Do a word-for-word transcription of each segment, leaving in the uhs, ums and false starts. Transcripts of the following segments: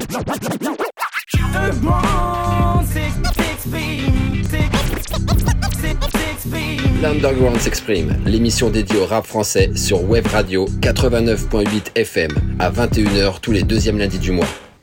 Le monde s'exprime, s'exprime. L'Underground s'exprime, l'émission dédiée au rap français sur Wave Radio quatre-vingt-neuf virgule huit F M à vingt et une heures tous les deuxièmes lundis du mois.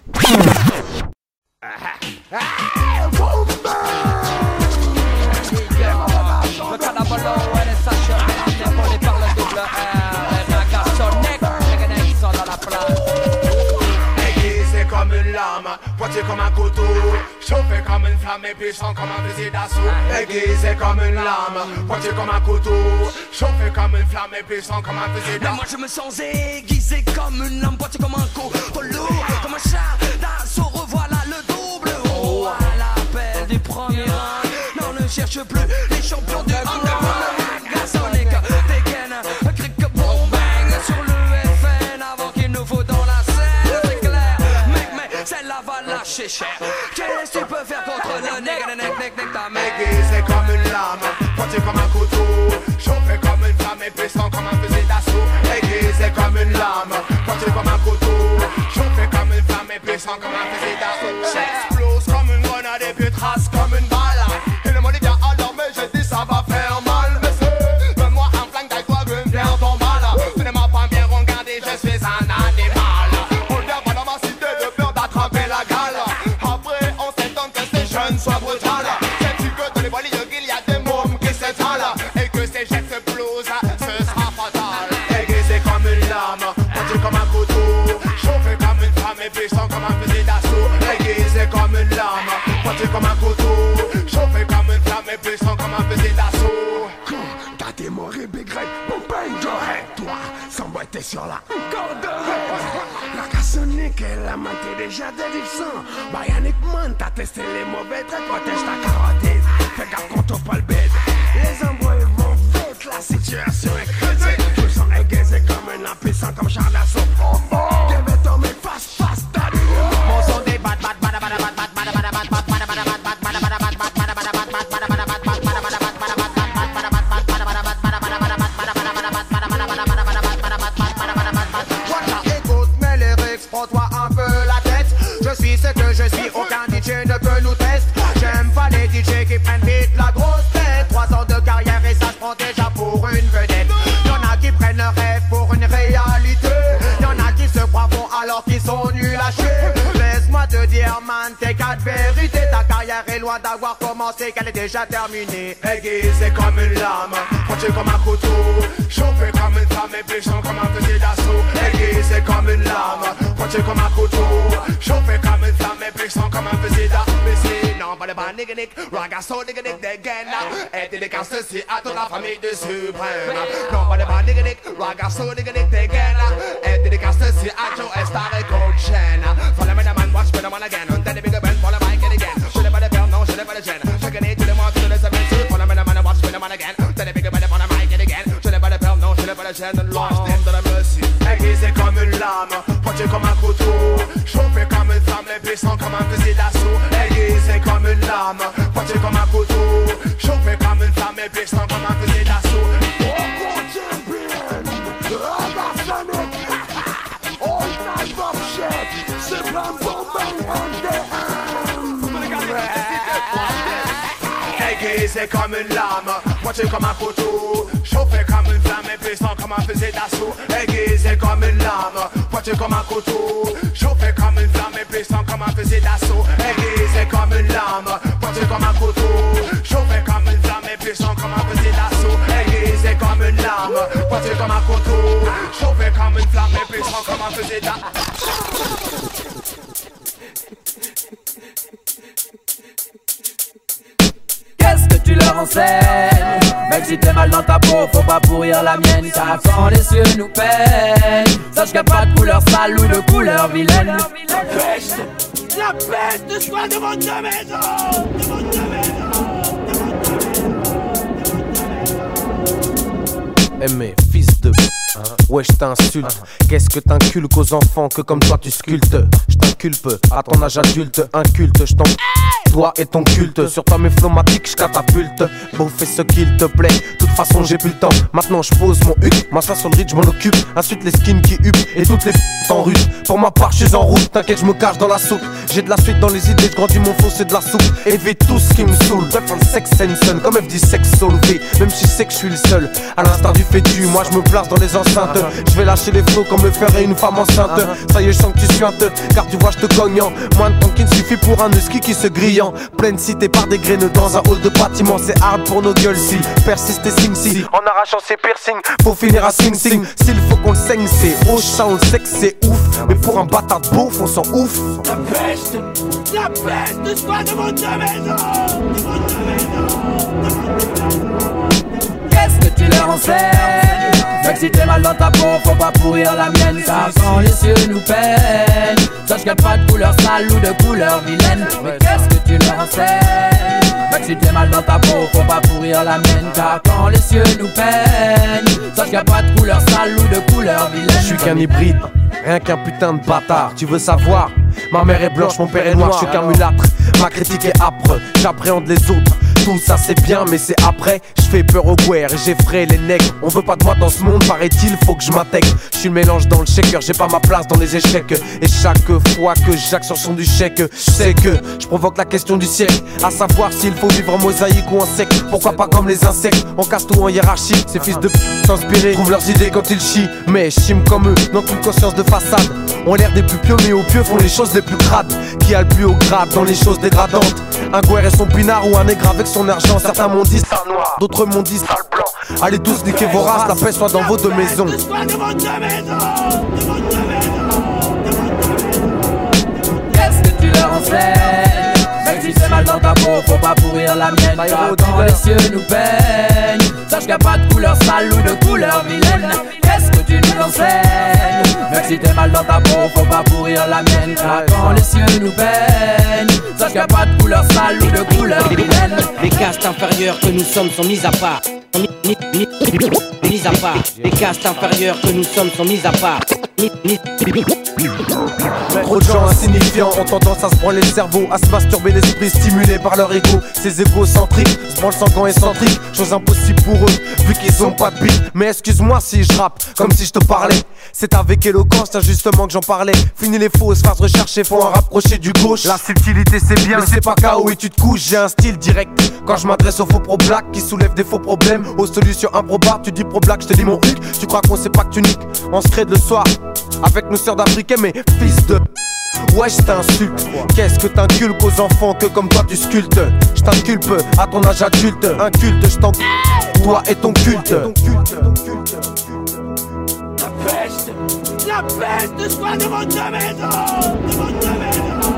Pointé comme un couteau, chauffé comme une flamme et puissant comme un fusil d'assaut. Aiguisé comme une lame, pointé comme un couteau, chauffé comme une flamme et puissant comme un fusil d'assaut. Mais moi je me sens aiguisé comme une lame, pointé comme un couteau lourd, comme un char d'assaut. Revoilà le double, oh à l'appel du premier round. Non, ne cherche plus les champions du underground. Gasonic, dégaine, cric, bon bang sur le F N avant qu'il nous faut dans la scène. C'est clair, mec, mais celle-là va lâcher cher. Qu'est-ce que tu peux faire contre le nec, nec, nec, nec, nec, ta mère? Aiguisé comme une lame, pointé comme un couteau, chauffé comme une flamme et puissant comme un fusil d'assaut. Aiguisé comme une lame, pointé comme un couteau, chauffé comme une flamme et puissant comme un fusil d'assaut. J'explose comme une grenade et puis trace comme une balle. Et le monde est bien alors mais je dis ça va faire mal. Monsieur, donne-moi un flingue d'aille toi une pierre ton mal. Tu ne m'as pas bien regardé, je suis un animal. On vient pas dans ma cité de peur d'attraper la gale. Après on s'étonne que ces jeunes soient brutales. Sais-tu que dans les bois il y a des mômes qui s'étalent et que ces jets s'explosent, ce sera fatal. Aiguisé comme une lame, pointé comme un couteau, chauffé comme une flamme et puissant comme un fusil d'assaut. Aiguisé comme une lame, pointé comme un couteau, chauffé comme une flamme et puissant comme un fusil d'assaut. T'as des morts et bégrés, bon ben j'aurais toi, sans boire t'es sur la corde. La cassonique et la main t'es déjà délivrant. Bionic man, t'as testé les mauvais traits, protège ta carotide. Fais gaffe qu'on t'ouvre pas le bed. Les embrouilles vont vite, la situation est critique. Tout sont aiguisés comme un puissant comme Charles d'assaut. Devait tomber face face, t'as du Mon son des bat bat bat bat bat bat bat bat bat bat bat bat bat bat bat bat bat Écoute mes lyrics, prends-toi un peu la tête. Je suis ce que je suis, aucun D J ne peut nous tester. J'aime pas les D J qui prennent vite la grosse tête. Trois ans de carrière et ça se prend déjà pour une vedette. Y'en a qui prennent leur rêve pour une réalité. Y'en a qui se croient bons alors qu'ils sont nuls à chier. Laisse-moi te dire man, t'es quatre vérités. Ta carrière est loin d'avoir commencé, qu'elle est déjà terminée. Aiguisé comme une lame, pointé comme un couteau, chauffé comme une flamme et puissant comme un fusil d'assaut. Aiguisé comme une lame, pointé comme un couteau, chauffé comme une flamme et puissant comme un fusil d'assaut. Non, pas de bas nigga-nick, ragasso nigga-nick dégaine. Et dédicace ceci à toute la famille de Suprême. Non, pas de bas nigga-nick, ragasso nigga-nick dégaine. Et dédicace ceci à Joe Star et Cold Chain. Follow me the man, watch me the man again. Then the bigger band, follow my again. Je n'ai pas de peur, non, je n'ai pas de gêne. Je connais tous les mois, tous les semaines. Follow me the man, watch me the man again. Then the bigger band, follow my again. Je n'ai pas de peur, non, je n'ai pas de gêne. Lost in the mercy. Aiguisé comme une lame, pointé comme un couteau, chauffé comme une flamme et puissant comme un fusil d'assaut. Aiguisé comme une lame, pointé comme un couteau, chauffé comme une flamme et puissant comme un fusil d'assaut. Aiguisé comme une lame, pointé comme un couteau, chauffé comme une flamme et puissant comme un fusil d'assaut. Aiguisé comme une lame, pointé comme un couteau, chauffé comme une flamme et puissant comme un fusil d'assaut. Aiguisé comme une lame, pointé comme un couteau, chauffé comme une flamme et puissant comme un fusil d'assaut. Aiguisé comme une lame, pointé comme un couteau, chauffé comme une flamme et puissant comme un fusil d'assaut. Qu'est-ce que tu leur enseignes? Même si t'es mal dans ta peau, faut pas pourrir la mienne. Car quand les cieux nous peignent, sache qu'il n'y a pas de couleur sale ou de couleur vilaine. La peste, la peste soit devant ta maison, devant ta maison. Eh mais fils de Ouais, je t'insulte. Qu'est-ce que t'inculques aux enfants que comme toi tu sculptes? Je t'inculpe à ton âge adulte, inculte, je t'en... Toi et ton culte, sur toi mes flomatiques, je catapulte. Bon, fais ce qu'il te plaît, de toute façon j'ai plus le temps. Maintenant je pose mon huc, m'assois sur le ridge, je m'en occupe. Ensuite les skins qui huppent et toutes les f*** en rude. Pour ma part, je suis en route, t'inquiète, je me cache dans la soupe. J'ai de la suite dans les idées, je grandis mon four, c'est de la soupe. Et vais tout ce qui me saoule, bref un sex and comme F dit sex solvé. Même si je sais que je suis le seul, à l'instar du fétu, moi je me place dans les enceintes. Je vais lâcher les flots comme le ferait une femme enceinte. Ça y est, je sens que tu suintes, car tu vois je te cognant. Moins de temps qu'il ne suffit pour un husky qui se grillant. Pleine cité par des graines dans un hall de bâtiment. C'est hard pour nos gueules si persiste et sing si. En arrachant ses piercings, pour finir à sing sing. S'il faut qu'on le saigne, c'est au chat, on le sait que c'est ouf. Mais pour un bâtard de beauf, on s'en ouf. La peste, la peste soit devant ta maison, devant ta maison. Qu'est-ce que tu leur enseignes? Fait que si t'es mal dans ta peau, faut pas pourrir la mienne. Car quand les cieux nous peignent, sache qu'il y a pas de couleur sale ou de couleur vilaine. Mais qu'est-ce que tu leur enseignes? Fait que si t'es mal dans ta peau, faut pas pourrir la mienne. Car quand les cieux nous peignent, sache qu'il y a pas de couleur sale ou de couleur vilaine. Je suis qu'un hybride, rien qu'un putain de bâtard. Tu veux savoir? Ma mère est blanche, mon père est noir, je suis qu'un mulâtre. Ma critique est âpre, j'appréhende les autres. Tout ça c'est bien mais c'est après. Je fais peur aux guerres et j'effraie les nègres. On veut pas de moi dans ce monde, paraît-il, faut que je m'intègre. Je suis le mélange dans le shaker, j'ai pas ma place dans les échecs. Et chaque fois que j'axe sur son du chèque, je sais que je provoque la question du siècle. À savoir s'il faut vivre en mosaïque ou en sec. Pourquoi pas comme les insectes, on casse tout en hiérarchie. Ces fils de p*** s'inspirer, trouvent leurs idées quand ils chient. Mais je chime comme eux, n'ont qu'une conscience de façade. On l'air des plus pieux mais au pieux font les choses les plus crades. Qui a le plus haut grade dans les choses dégradantes? Un guerre et son pinard ou un nègre avec son argent. Certains m'ont dit sale noir, d'autres m'ont dit sale blanc. Allez tous niquer vos races, la paix soit dans vos deux maisons. Qu'est-ce que tu leur enseignes? Même si c'est mal dans ta peau, faut pas pourrir la mienne. Car quand les cieux nous peignent, sache qu'il y a pas de couleur sale ou de couleur vilaine. Qu'est-ce que tu nous enseignes? Même si t'es mal dans ta peau, faut pas pourrir la mienne. Car quand les cieux nous peignent, sache qu'il y a pas de couleur sale ou de couleur vilaine. Les castes inférieures que nous sommes sont mises à part. Mis, mis, mis, mis à part. Les castes inférieures que nous sommes sont mises à part. Mis, mis, Trop de gens insignifiants ont tendance à se branler le cerveau, à se masturber l'esprit stimulé par leur ego. Ces égocentriques se branlent sans gants excentriques, chose impossible pour eux vu qu'ils ont pas de bite. Mais excuse-moi si je rappe comme si je te parlais. C'est avec éloquence, tiens justement que j'en parlais. Fini les fausses phrases recherchées, faut en rapprocher du gauche. La subtilité c'est bien, mais c'est pas K O et tu te couches. J'ai un style direct quand je m'adresse aux faux pro-black qui soulèvent des faux problèmes, aux solutions improbables. Tu dis pro-black, je te dis mon huc. Tu crois qu'on sait pas que tu niques? On se crée le soir avec nos sœurs d'Africains, mais fils de... Ouais, je t'insulte. Qu'est-ce que t'inculques aux enfants que comme toi tu sculptes? Je t'inculpe à ton âge adulte. Un culte, je t'inculpe toi et ton culte. La peste, la peste soit devant ta maison, devant ta maison.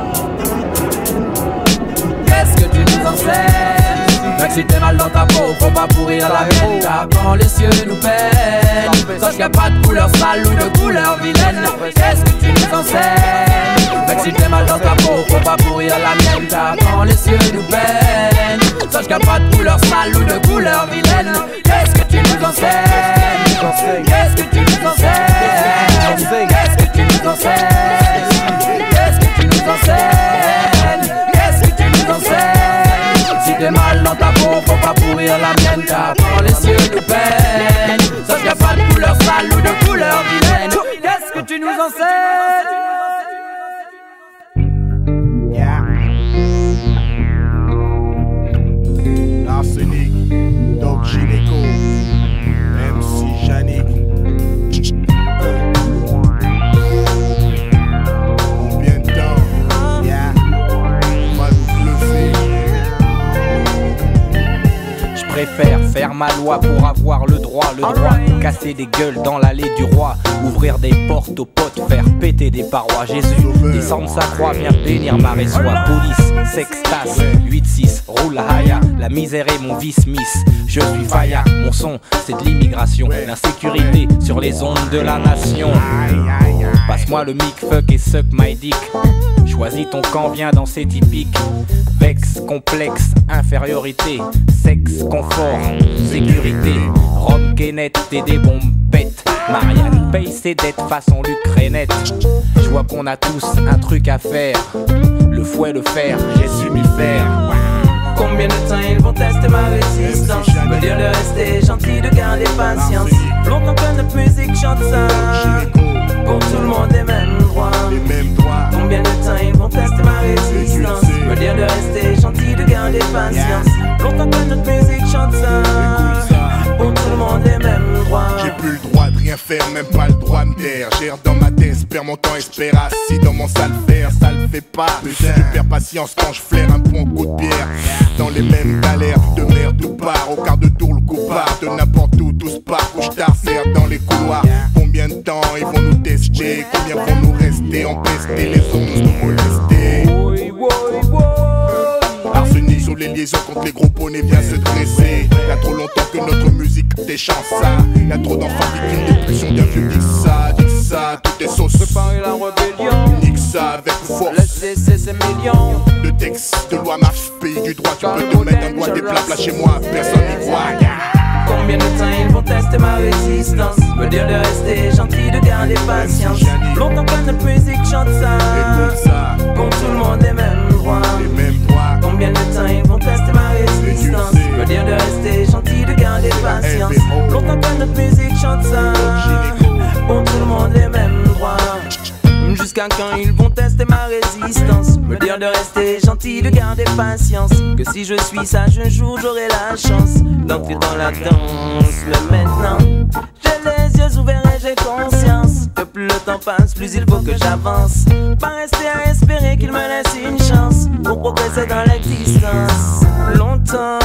Qu'est-ce que tu nous enseignes? Fait que si t'es mal dans ta peau, faut pas pourrir la mienne. Car quand les cieux nous peignent, sache qu'il y a pas de couleur sale ou de couleur vilaine. Qu'est-ce que tu nous enseignes? Fait que si t'es mal dans ta peau, faut pas pourrir la mienne. Car quand les cieux nous peignent, sache qu'il y a pas de couleur sale ou de couleur vilaine. Qu'est-ce que tu nous enseignes? Qu'est-ce que tu nous enseignes? Qu'est-ce que tu nous enseignes? Qu'est-ce que tu nous enseignes? Qu'est-ce que tu nous enseignes? Si t'es mal dans ta peau, faut pas pourrir la mienne. Car quand les cieux nous peignent, sache qu'il y a pas de couleur sale ou de couleur vilaine. Qu'est-ce que tu nous enseignes? Arsenic, Doc Gynéco, M C Yannick. Combien de temps? Yeah. On va nous bluffer. Je préfère faire ma loi pour avoir le droit, le droit de casser des gueules dans l'allée du roi, ouvrir des portes aux potes, faire péter des parois. Jésus descendre sa croix, vient bénir ma résoie. Police, sextas, huit six, roule haya. La misère est mon vice miss. Je suis Faya, mon son c'est de l'immigration. L'insécurité sur les ondes de la nation. Passe-moi le mic, fuck et suck my dick. Choisis ton camp, viens danser typique. Vex, complexe, infériorité. Sexe, confort, sécurité. Rome, Kenneth et des bombes bêtes. Marianne paye ses dettes façon l'Ukrainette. Je vois qu'on a tous un truc à faire. Le fouet, le fer, j'ai su m'y faire. Combien de temps ils vont tester ma résistance? Me dire de rester gentil, de garder patience. Longtemps que notre musique chante ça. Pour tout le monde les mêmes droits. Combien de temps ils vont tester ma résistance? Me dire de rester gentil, de garder patience. Longtemps que notre musique chante ça. Pour tout le monde les mêmes droits. J'ai plus le droit de rien faire, même pas le droit de me taire. Gère dans ma tête, perds mon temps, espère assis dans mon sale verre. Ça le fait pas, putain. Je perds patience quand je flaire un bon coup de pierre. Dans les mêmes galères, de merde tout part. Au quart de tour le coup part, de n'importe où tout se part. Où je t'arcère dans les couloirs. Combien de temps ils vont nous tester? Combien vont nous rester empestés? Les ondes nous molester. Arsenic sur les liaisons contre les gros poneys vient se dresser. Y'a trop longtemps que notre musique déchante ça. Y'a trop d'enfants victimes des pulsions d'un vieux. Dis ça, dis ça, tout est sauce. Préparer la rébellion. Nique ça avec force. Laissez ces millions de textes, de lois marche, pays du droit. Tu peux te mettre un doigt des plats là chez moi, personne n'y croit. Combien de temps ils vont tester ma résistance? Me dire de rester gentil, de garder patience. Longtemps que notre musique chante ça. Pour tout le monde les mêmes droits. Combien de temps ils vont tester ma résistance? Me dire de rester gentil, de garder patience. Longtemps que notre musique chante ça. Pour tout le monde les mêmes droits. Jusqu'à quand ils vont tester ma résistance? Me dire de rester gentil, de garder patience. Que si je suis sage un jour j'aurai la chance d'entrer dans la danse. Mais maintenant j'ai les yeux ouverts et j'ai conscience que plus le temps passe, plus il faut que j'avance. Pas rester à espérer qu'il me laisse une chance pour progresser dans l'existence. Longtemps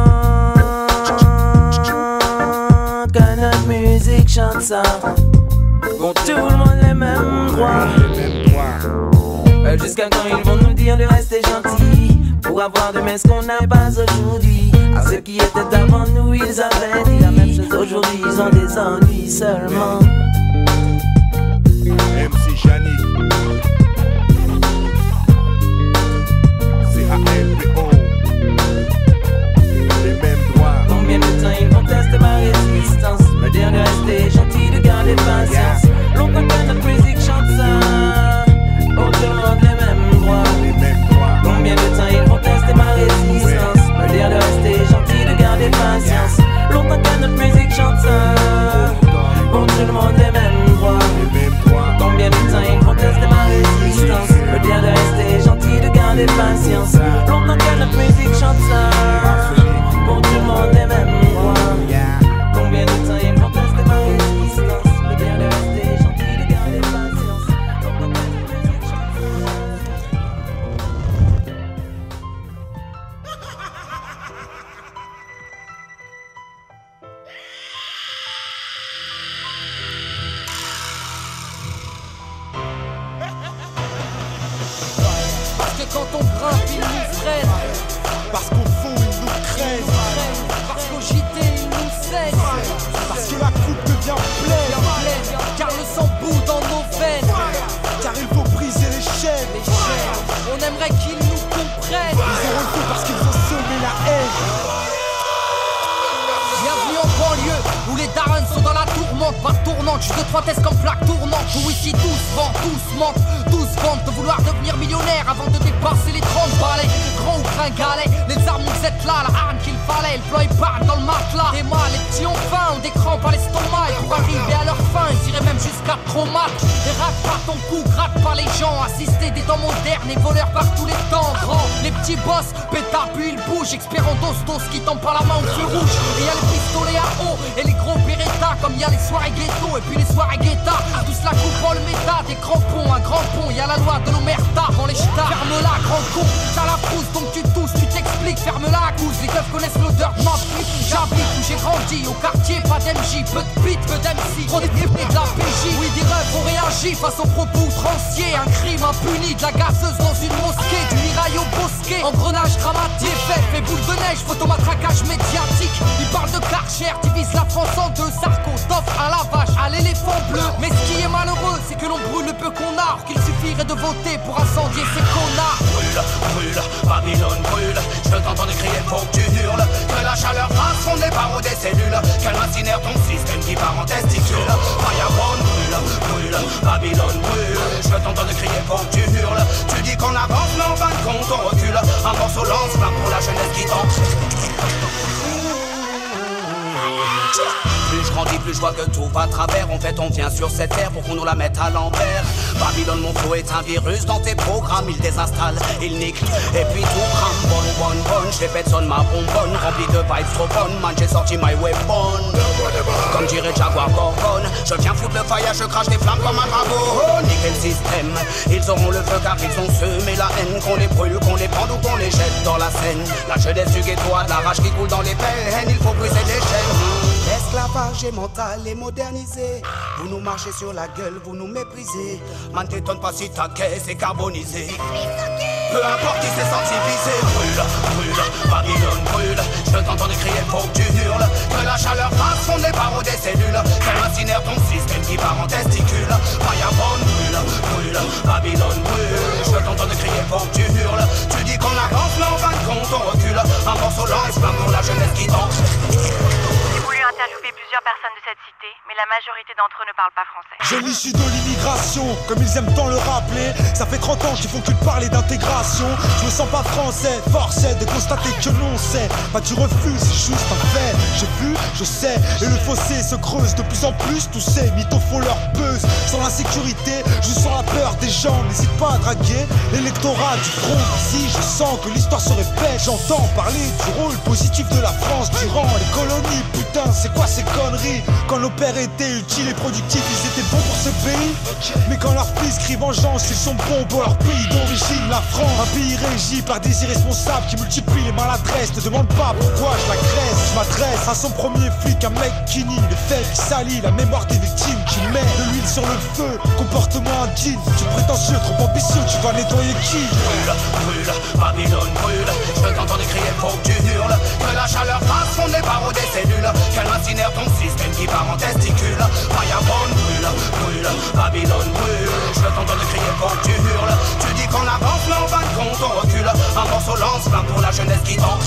que notre musique chante ça. Pour tout le monde les mêmes droits. euh, Jusqu'à quand ils vont nous dire de rester gentils pour avoir demain ce qu'on n'a pas aujourd'hui. À ceux qui étaient avant nous, ils avaient dit la même chose. Aujourd'hui, ils ont des ennuis seulement. M C Yannick, C A L P O, les mêmes droits. Combien de temps ils vont tester ma résistance? Me dire de rester gentil, de garder patience. Longtemps que notre musique chante ça. Pour tout le monde les mêmes droits. Combien de temps ils vont tester ma résistance? Me dire de rester gentil, de garder patience. Longtemps que notre musique chante ça. Pour tout le monde les mêmes droits. Combien de temps ils vont tester ma résistance? Me dire de rester gentil, de garder patience. Longtemps que notre musique chante ça. Pour tout le monde les mêmes droits. Combien de temps ils vont tester ma résistance? Me dire de rester gentil, de garder patience. Longtemps que notre musique chante ça. Parce que quand on grimpe, ils nous freinent. Parce qu'au fond, ils nous craignent. Parce qu'au J T, ils nous saignent. Parce que la coupe devient pleine. Car le sang bout dans nos veines. Car il faut briser les chaînes. Les chaînes, on aimerait qu'ils nous comprennent. Ils ont le feu parce qu'ils ont semé la haine. Bienvenue en banlieue où les darons sont dans la tourmente. Pas tournante, juste trois tests comme plaque tournante. Où ici tous vendent, tous mentent, tous vendent de vouloir devenir millionnaire avant de dépasser les trente balais. Grand ou gringalet, les armes nous êtes là, la arme qu'il fallait. Le plan épargne dans le matelas. Des mâles, les petits ont faim, ont des crampes à l'estomac. Et pour arriver à leur fin, ils iraient même jusqu'à trop mal. Et rate pas ton cou, gratte pas les gens. Assister des temps modernes et voleurs par tous les temps. Grand, les petits boss, pétard puis ils bougent. Expérant d'ostos qui tombent par la main au feu rouge. Et y'a les pistolets à eau et les gros Beretta. Comme y'a les soirées ghetto et puis les soirées guetta. Tous la coupe en le méta, des crampons, un grand pont. Y'a la loi de l'omerta, dans les ch'tas. Ferme-la, grand con, t'as la frousse donc tu tousses, tu t'expliques. Ferme-la, accuse, les keufs connaissent l'odeur de ma pute. J'habite où j'ai grandi, au quartier, pas d'M J. Peu de beat, peu d'M C, trop d'épées de la P J. Oui, des rêves ont réagi face aux propos outranciers. Un crime impuni, de la gazeuse dans une mosquée. Du mirail au bosquet, engrenage dramatique. Fait, fait boule de neige, photomatraquage médiatique. Ils parlent de Karcher, divise la France en deux. Sarko, t'offre à la vache, à l'éléphant bleu. Mais ce qui est malheureux, c'est que l'on brûle le peu qu'on a. Or qu'il suffirait de voter pour incendier ces connards. Brûle, brûle, Babylone brûle. Je t'entends crier, faut que tu hurles. Que la chaleur passe, on est barreau des cellules. Qu'elle incinère ton système qui part en testicule. Babylone brûle. Je t'entends de crier pour que tu hurles. Tu dis qu'on avance mais en fin de compte on recule. Un morceau lance plein pour la jeunesse qui danse. Plus je grandis, plus je vois que tout va à travers. En fait on vient sur cette terre pour qu'on nous la mette à l'envers. Babylone mon flow est un virus dans tes programmes. Il désinstalle, il nique et puis tout crame. Bonne, bonne, bonne, je répète sonne ma bonbonne. Remplie de vibes trop bonnes, man j'ai sorti my weapon. Comme dirait Jaguar Gorgon, je viens foutre le fire, je crache des flammes comme un dragon. Niquer le système, ils auront le feu car ils ont semé la haine. Qu'on les brûle, qu'on les prend ou qu'on les jette dans la Seine. La jeunesse du ghetto a de la rage qui coule dans les peines. Il faut briser les chaînes. L'esclavage est mental et modernisé. Vous nous marchez sur la gueule, vous nous méprisez. Man t'étonne pas si ta caisse est carbonisée. Peu importe qui s'est senti visé. Brûle, brûle, Babylone brûle. Je t'entends crier, faut que tu hurles. Que la chaleur fasse fondre les barreaux des cellules. Qu'elle incinère ton système qui part en testicule. Vagabond brûle, brûle, Babylone brûle. Je t'entends crier, faut que tu hurles. Tu dis qu'on avance mais en fin de compte on recule. Un morceau lance plein pour la jeunesse qui danse. Interviewer plusieurs personnes de cette cité, mais la majorité d'entre eux ne parlent pas français. Jeune issu de l'immigration, comme ils aiment tant le rappeler. Ça fait trente ans qu'ils font que de parler d'intégration. Je me sens pas français, force est de constater que non c'est pas du refus, c'est juste un fait. J'ai vu, je sais, et le fossé se creuse de plus en plus. Tous ces mythos font leur buzz. Sans l'insécurité, je sens la peur des gens. N'hésite pas à draguer l'électorat du front. Si je sens que l'histoire se répète, j'entends parler du rôle positif de la France durant les colonies. Putain, c'est quoi ces conneries? Quand nos pères étaient utiles et productifs, ils étaient bons pour ce pays. Mais quand leurs fils crient vengeance, ils sont bons pour leur pays d'origine, la France. Un pays régi par des irresponsables qui multiplient les maladresses. Ne demande pas pourquoi je l'agresse. Je m'adresse à son premier flic, un mec qui nie les faits, qui salit la mémoire des victimes, qui met de l'huile sur le feu. Comportement indigne, tu prétentieux, trop ambitieux, tu vas nettoyer qui? Brûle, brûle, Babylone brûle. Je t'entends crier, faut que tu hurles. Que la chaleur fasse fondre les barreaux des cellules. Qu'elle incinère ton système qui part en testicule. Vagabond brûle, brûle, Babylone brûle. Je t'entends crier, faut que tu hurles. Tu dis qu'on avance mais en fin de compte on recule. Un morceau lance plein pour la jeunesse qui danse.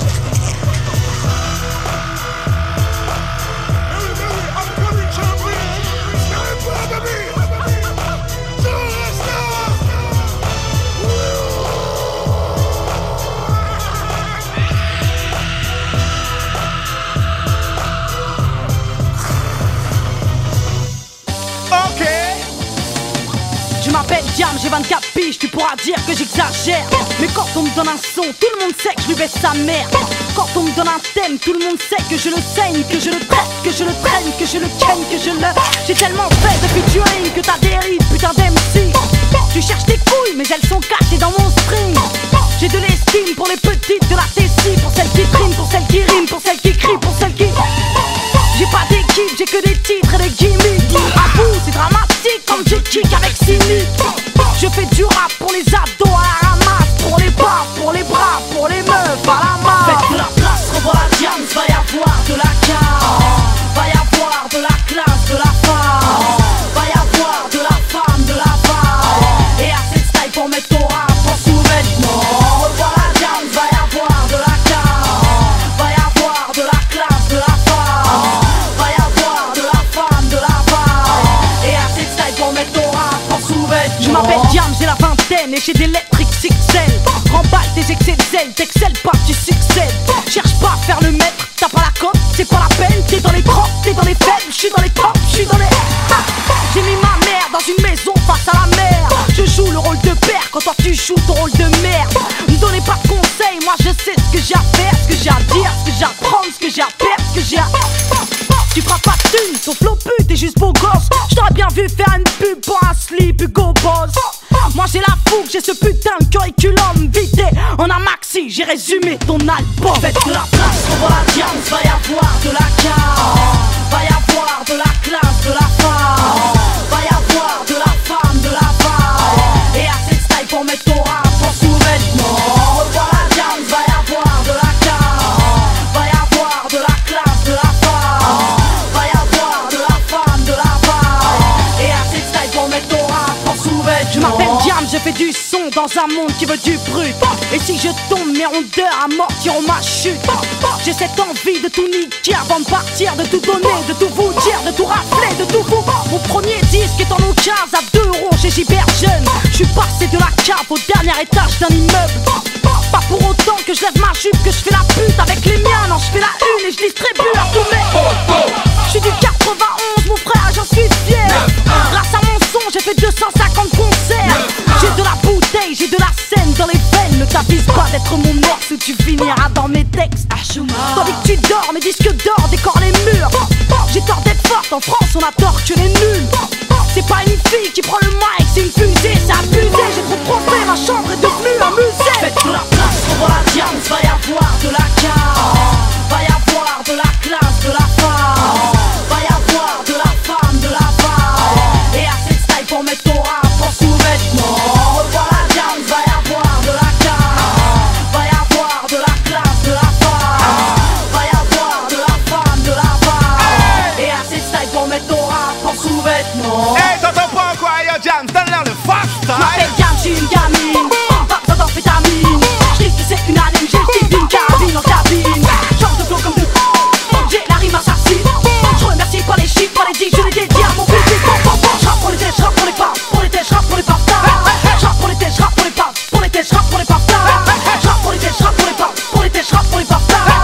Je m'appelle Diam, j'ai vingt-quatre piges, tu pourras dire que j'exagère. Mais quand on me donne un son, tout le monde sait que je lui baisse sa mère. Quand on me donne un thème, tout le monde sait que je le saigne, que je le traite, que je le traîne, que je le ken, que je le... J'ai tellement fait de featuring que t'as dérive, putain d'M C. Tu cherches tes couilles, mais elles sont cachées dans mon string. J'ai de l'estime pour les petites de la Tessie, pour celles qui triment, pour celles qui riment, pour celles qui crient, pour celles qui... J'ai pas d'équipe, j'ai que des titres et des gimmicks. À bout, c'est dramatique comme j'ai kick avec Simi. Je fais du rap pour les ados à la ramasse, pour les bras, pour les bras, pour les meufs à la main. Faites de la place, revois la diams, va y avoir de la casse, va y avoir de la classe, de la femme, va y avoir de la femme, de la femme. Et assez de style pour mettre ton rap en sous-vêtements. Revois la diams, va y avoir de la casse, va y avoir de la classe, de la femme. Je m'appelle Diam, j'ai la vingtaine et j'ai des lettres X X L. Remballe tes excès de zèle, t'excelles pas, tu succèdes. Cherche pas à faire le maître, t'as pas la cote, c'est pas la peine. T'es dans les crocs, t'es dans les faibles, j'suis dans les tops, j'suis dans les... Ah, j'ai mis ma mère dans une maison face à la mer. Je joue le rôle de père quand toi tu joues ton rôle de merde. Ne donnez pas de conseils, moi je sais ce que j'ai à faire, ce que j'ai à dire, ce que j'ai à prendre, ce que j'ai à perdre, ce que j'ai à... Tu feras pas de thune, ton flow pute, t'es juste beau gosse. J't'aurais bien vu faire une pub pour un slip Hugo Boss. Moi j'ai la fougue, j'ai ce putain de curriculum vitae. En un maxi, j'ai résumé ton album. Faites de la place, revois la diams, va y avoir de la casse, va y avoir de la classe, de la femme, va y avoir de la femme, de la femme. Et assez de style pour mettre ton rap en sous-vêtements. Revois la diams, va y avoir de la casse, va y avoir de la classe, de la femme. Je m'appelle Diam, je fais du son dans un monde qui veut du brut. Et si je tombe, mes rondeurs amortiront ma chute. J'ai cette envie de tout niquer avant de partir, de tout donner, de tout vous dire, de tout rafler, de tout vous. Mon premier disque est en occasion à deux euros chez Gilbert Jeune. Je suis passé de la cave au dernier étage d'un immeuble. Pas pour autant que je lève ma jupe, que je fais la pute avec les miens. Non, je fais la une et je distribue à tous mes. Je suis du quatre-vingt-onze, mon frère, j'en suis fier. Grâce à mon son, j'ai fait deux cent cinquante concerts. J'ai de la bouteille, j'ai de la scène dans les veines. Ne t'avise pas d'être mon ex ou tu finiras dans mes textes. Tandis que tu dors, mes disques d'or décorent les murs. J'ai tort d'être forte, en France on a tort que les nuls. C'est pas une fille qui prend le mic, c'est une fusée, c'est abusé. J'ai trop trompé, ma chambre est devenue un musée. Faites de la place, on va la diable, va y avoir de la casse. Va y avoir de la classe, de la face. Va y avoir de la femme, de la face. Et assez de style pour mettre ton rap en sous-vêtements. Revois la diable, va y avoir de la casse. Va y avoir de la classe, de la face. Va y avoir de la femme, de la face. Et assez de style pour mettre ton rap en sous-vêtements. Hey, t'entends pas quoi, yo Jam, donne-leur le fast style. M'appelle Jam, j'suis une gamine. Pas besoin d'amphétamine. J'dis que c'est unanime, j'ai le style d'une cabine en cabine. Change de flow comme de j'ai la rime assassine. J'remercie pas les chiffres, pas les dix, je les dédie à mon public. J'rappe pour les têtes, j'rappe pour les paves. Pour les têtes, j'rappe pour les paves. J'rappe pour les têtes, j'rappe pour les paves. Pour les têtes, j'rappe pour les paves. J'rappe pour les têtes, j'rappe pour les paves. Pour les têtes, j'rappe pour les paves.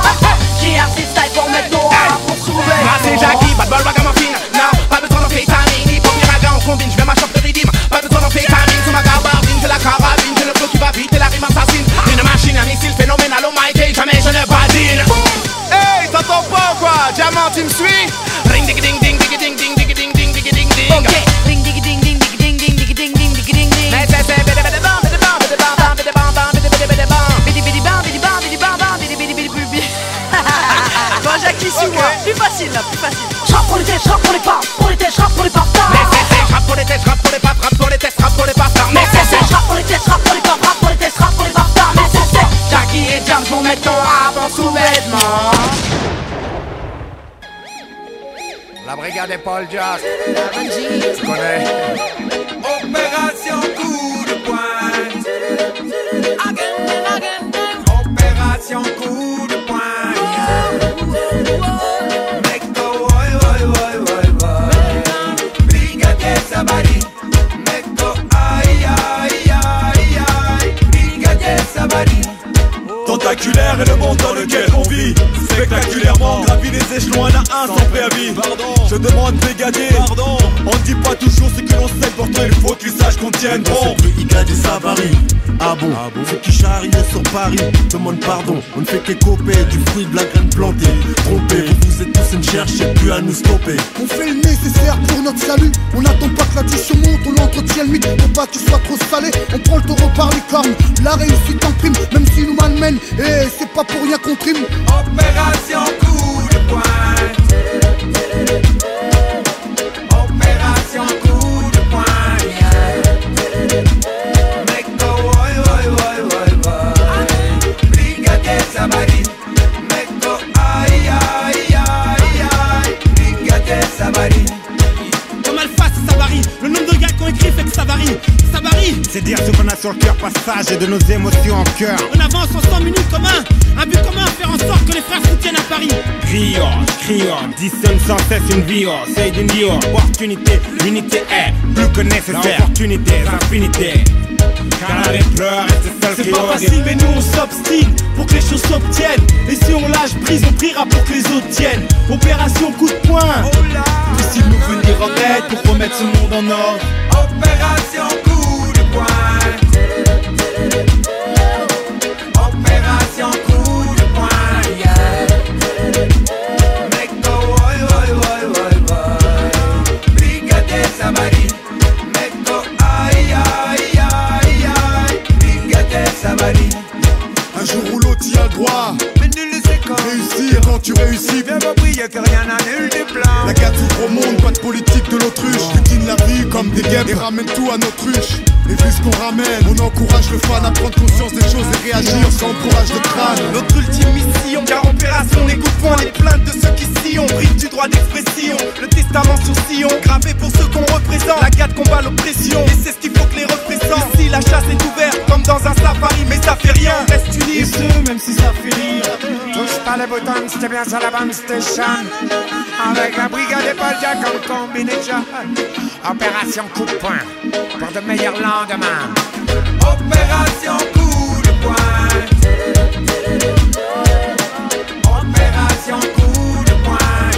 J'ai assez de style pour mettre ton rap pour sauver. Moi c'est Jackie, bad boy ragamuffin. Non, pas besoin d'amphétamine. Ni pour Piraga, on combine, j'mets ma chope de rythme. Pas besoin d'amphétamine, sous ma gabardine. J'ai la carabine, j'ai le flow qui va vite et la rime assassine. Une machine, un missile phénoménal au mic et jamais je ne badine. Hey, t'entends pas ou quoi? Diamant, tu me suis? Ring ding ding ding ding ding ding ding ding ding ding ding ding. Ok, ring ding ding ding ding ding ding ding ding ding ding ding. Mais c'est c'est bidi bidi bam bidi bam bidi bam bam bidi bam bam bidi bidi bidi bam. Bidi bidi bam bidi bam bidi bam bam bidi bidi bidi bidi. Bon Jackie, suis-moi, plus facile là, plus facile. J'rappe pour les têtes, j'rappe pour les paves. Pour les têtes, j'rappe pour les paves. Mais c'est c'est j'rappe pour les têtes, j'rappe pour les paves, rappe pour les têtes, rappe pour les paves. Mais c'est c'est j'rappe pour les têtes, j'rappe pour les paves, rappe pour les têtes, rappe pour les paves. Mais c'est c'est Jackie et Jam vont mettre ton rap en sous-vêtements. La brigade des Paul Jazz. Tu connais? Opération coup de poing. Opération coup de poing. Mecco, oi, oi, oi, oi, oi. Brigade Sabari. Mecco, aïe, aïe, aïe, aïe. Brigade Sabari. Tentaculaire est le monde dans lequel on vit. Spectaculairement, gravit les échelons un à un sans préavis. Pardon, je demande brigadier. Pardon, on dit pas toujours ce que l'on sait, pourtant il faut qu'ils sachent qu'on tienne bon. Brigade Sabari. Ah bon, ah bon, ceux qui charrient sur Paris demande pardon, on ne fait qu'écoper du fruit de la graine plantée. Trompé, vous vous êtes tous une cherchez plus à nous stopper. On fait le nécessaire pour notre salut. On n'attend pas que la discussion monte, on entretient le mythe pour pas qu'il soit trop salé. On prend le taureau par les cornes, la réussite en prime. Même si nous malmène, et c'est pas pour rien qu'on trime. Opération coup de poing. Opération coup de poing. Mecco, oi, oi, oi, oi, oi. Brigade Sabari. Mecco, aïe, aïe, aïe, aïe. Brigade Sabari. Comme Alpha, c'est Sabari. Le nombre de gars qui ont écrit fait que ça varie. Sabari, c'est dire ce qu'on a sur le cœur, passage et de nos émotions en cœur. On avance en cent minutes commun. Un but commun, faire en sorte que les frères soutiennent à Paris. Crions, crions, dissonne sans cesse une vie, oh, c'est d'une vie, oh. Opportunité, l'unité est plus que nécessaire. Opportunité, infinité. Car les pleurs restent seuls. C'est pas facile, mais nous on s'obstine pour que les choses s'obtiennent. Et si on lâche prise, on priera pour que les autres tiennent. Opération coup de poing. Puisse-t-il nous venir en aide pour remettre ce monde en ordre. Opération coup de poing. Opération coup de poing. Mecco, oi, oi, oi, oi, oi. Brigade Sabari. Mecco, aïe, aïe, aïe, aïe. Brigade Sabari. Un jour ou l'autre y a le droit. Mais nul ne sait quand réussir. Quand tu réussis, bien compris, y'a que rien n'annule des plans. La guerre s'ouvre au monde, pas de politique de l'autruche. Butine la vie comme des guêpes et ramène tout à notre ruche. Et vu ce qu'on ramène, on encourage le fan à prendre conscience des choses et réagir sans courage de crâne. Notre ultime mission, car opération, les coups de poing, les plaintes de ceux qui sillonnent, prive du droit d'expression. Le testament sur sillon, gravé pour ceux qu'on représente. La garde combat l'oppression, et c'est ce qu'il faut que les représentent. Ici la chasse est ouverte, comme dans les boutons, c'était bien ça la bande station. Avec la brigade des Paul Jack en combinaison. Opération coup de poing pour de meilleurs lendemains. Opération coup de poing. Opération coup de poing.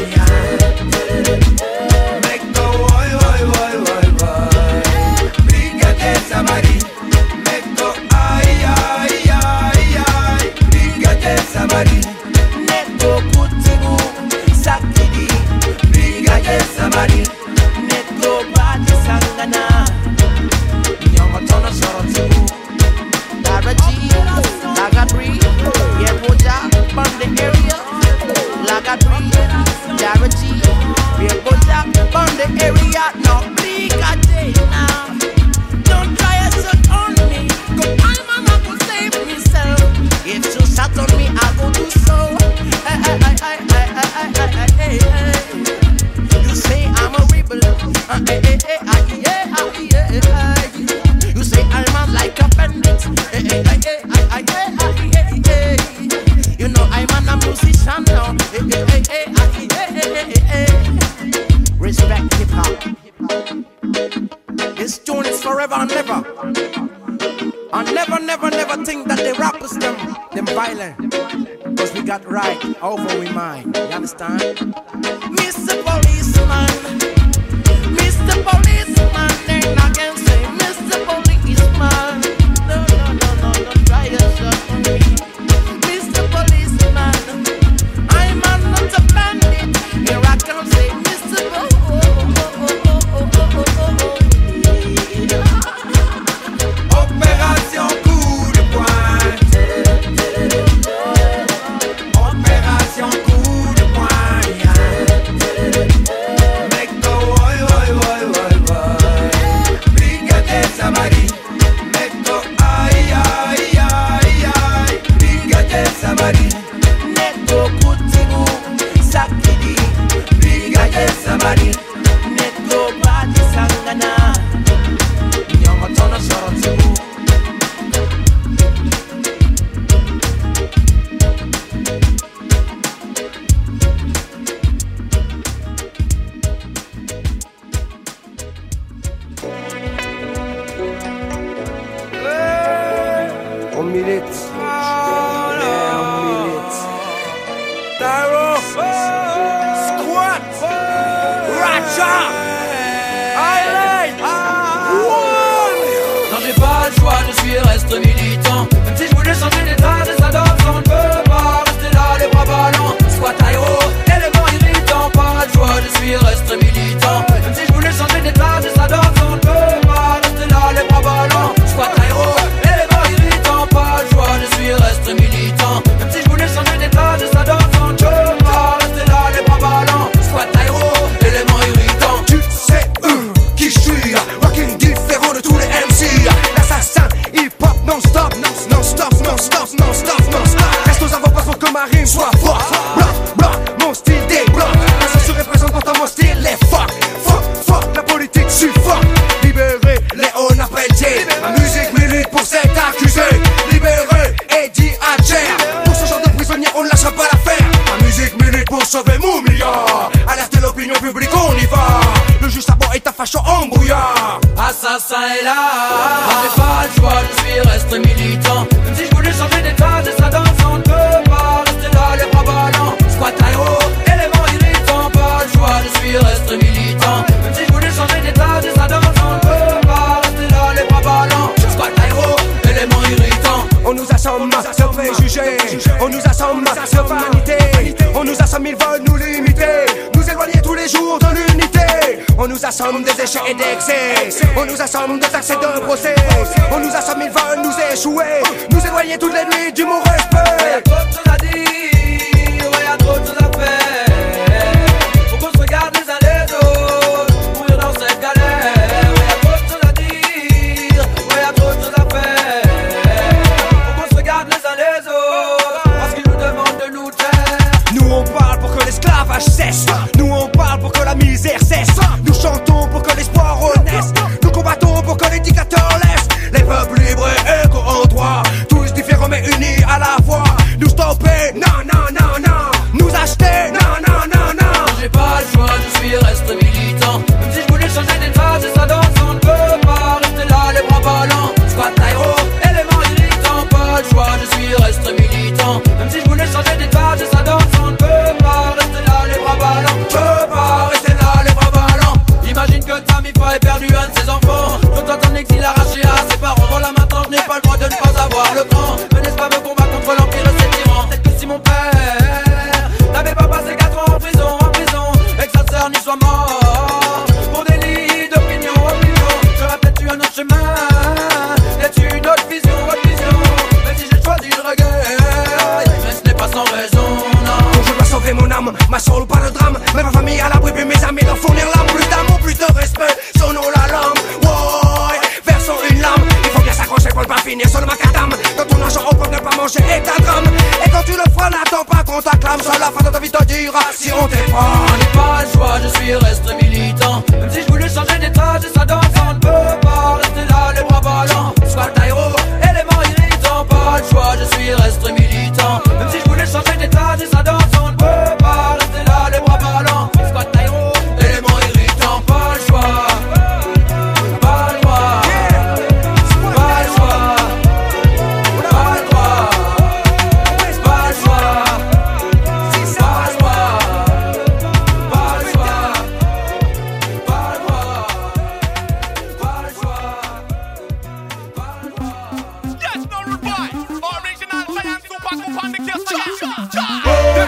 Mecco, oi, oi, oi, oi, oi. Brigade des Samari. Mecco, aïe, aïe, aïe, aïe. Brigade des Samari. Netto Kutigu, Sakidi. Brigade des Samari. Netto Badi Sangana. Nyongotono Sorotigu. Daraji, Lagadri, Yeboja, from the area. Lagadri, Daraji, Yeboja, from the area. No, Brigade now. Don't try to shut on me. Go, I'm a man to save myself. If you shut on me, I go do so. Hey, hey, hey, hey, hey, hey, hey, hey. You say I'm a rebel. Uh, hey, hey, hey, hey, yeah, yeah, yeah. You say I'm a like a bandit. Hey, hey, hey, hey, hey, hey, hey, hey, hey. You know I'm a musician now. Hey, hey, hey, hey, hey, hey, hey, hey. Respect hip hop. This tune is forever and never. And never, never, never think that the rappers them, them violent. Cause we got right over we mind. You understand? Mister Policeman, Mister Policeman, then I can say Mister Policeman. No, no, no, no, no, try to shut on me. Mister Policeman, I'm not a bandit. Here I can say Mister Policeman. Opération coup de poing. Opération coup de poing. Mecco, oi, oi, oi, oi, oi. Brigade des Samari. Mecco, aïe, aïe, aïe, aïe. Brigade des Samari. Netto Kutigu, Sakidi. Brigade des Samari. Netto Badi Sangana. Nyongotono Sorotigu. On milite. Yeah, on milite. Tyro. Squat. Racha. Highlight. Non, j'ai pas le choix, je suis reste militant. Même si je voulais changer d'état, de sa danse, on ne peut pas rester là, les bras ballants. Squat aéro, élément irritant. Pas le choix, je suis reste militant. Même si je voulais changer d'état, de sa danse, on ne peut pas rester là, les bras ballants. Squat aéro, élément irritant. Pas le choix, je suis reste militant. Même si je voulais changer d'état, de sa danse, on ne peut pas rester là, les bras ballants. Squat aéro, élément irritant. Tu sais euh, qui je suis, rocking différent de tous les M C. L'assassin, hip-hop non-stop, non-stop, non-stop, non-stop, non-stop. Reste aux avant-postes pour que ma rime soit forte. Bloc, bloc, mon style débloque. La censure est présente pourtant mon style est fuck. Fuck, fuck, la politique suffoque. Libérer Léon Appeltier. Ma musique milite pour cet accusé. Libérer Eddie Hatcher. Pour ce genre de prisonnier on ne lâchera pas l'affaire. Ma musique milite pour sauver Moumia. Alerter l'opinion publique, on y va. Le juge Sabot est un facho en brouillard. Assassin est là. Non, j'ai pas le choix, je suis reste militant. Même si je voulais changer d'état, de sa danse, on ne peut pas rester là, les bras ballants. Squat aéro, élément irritant. Pas le choix, je suis reste militant. Même si je voulais changer d'état, de sa danse, on ne peut pas rester là, les bras ballants. Squat aéro, élément irritant. On nous assomme de préjugés, on nous assomme de vanité. On nous assomme, ils veulent nous limiter, nous éloigner tous les jours de l'unité. On nous assomme des échecs et d'excès, on nous assomme de taxes et de procès. On nous assomme, ils veulent nous échouer, nous éloigner toutes les nuits du mot respect. Y'a trop de choses à dire, y'a trop de choses à faire. Faut qu'on se regarde les uns les autres, mourir dans cette galère. Y'a trop de choses à dire, y'a trop de choses à faire. Faut qu'on se regarde les uns les autres, parce qu'ils nous demandent de nous taire. Nous on parle pour que l'esclavage cesse, nous on parle pour que la misère cesse. Nous chantons pour que l'espoir renaisse, nous combattons pour que les dictateurs laissent les peuples libres et égaux en droit, tous différents mais unis à la fois. Nous stopper, non, non, non, non. tyran. Venez pas me combattre contre l'empire et ses tyrans. Peut-être que si mon père n'avait pas passé quatre ans en prison, en prison, et que sa sœur n'y soit morte pour délit d'opinion, opinion, j'aurais peut-être eu un autre chemin, peut-être eu une autre vision, autre vision. Même si j'ai choisi le regret, mais ce n'est pas sans raison, non. Je dois sauver mon âme, ma soul pas le drame. Mais ma famille à l'abri, puis mes amis d'en fournir l'âme. Plus d'amour, plus de respect, sonnons la lame. Ouais, versons une lame. Il faut bien s'accrocher pour ne pas finir sur le macadam. Quand ton argent au pot ne pas manger est un drame. Et quand tu le feras, n'attends pas qu'on t'acclame. Seule la fin de ta vie te dira si on t'épargne. Je n'ai pas le choix, je suis resté militant. Même si je voulais changer d'état, j'ai ça dans on ne peut pas rester là, les bras ballants. Soit aéro, élément irritant. Pas le choix, je suis resté militant. Même si je voulais changer d'état, j'ai ça dans on ne peut pas rester là, les bras ballants. Soit aéro, élément irritant. Pas le choix, pas le droit, pas le choix, pas le droit, pas le choix, pas le choix, pas le choix, pas le droit, pas le choix, pas le droit. Yes, no reply. Original science, super group on the kill science.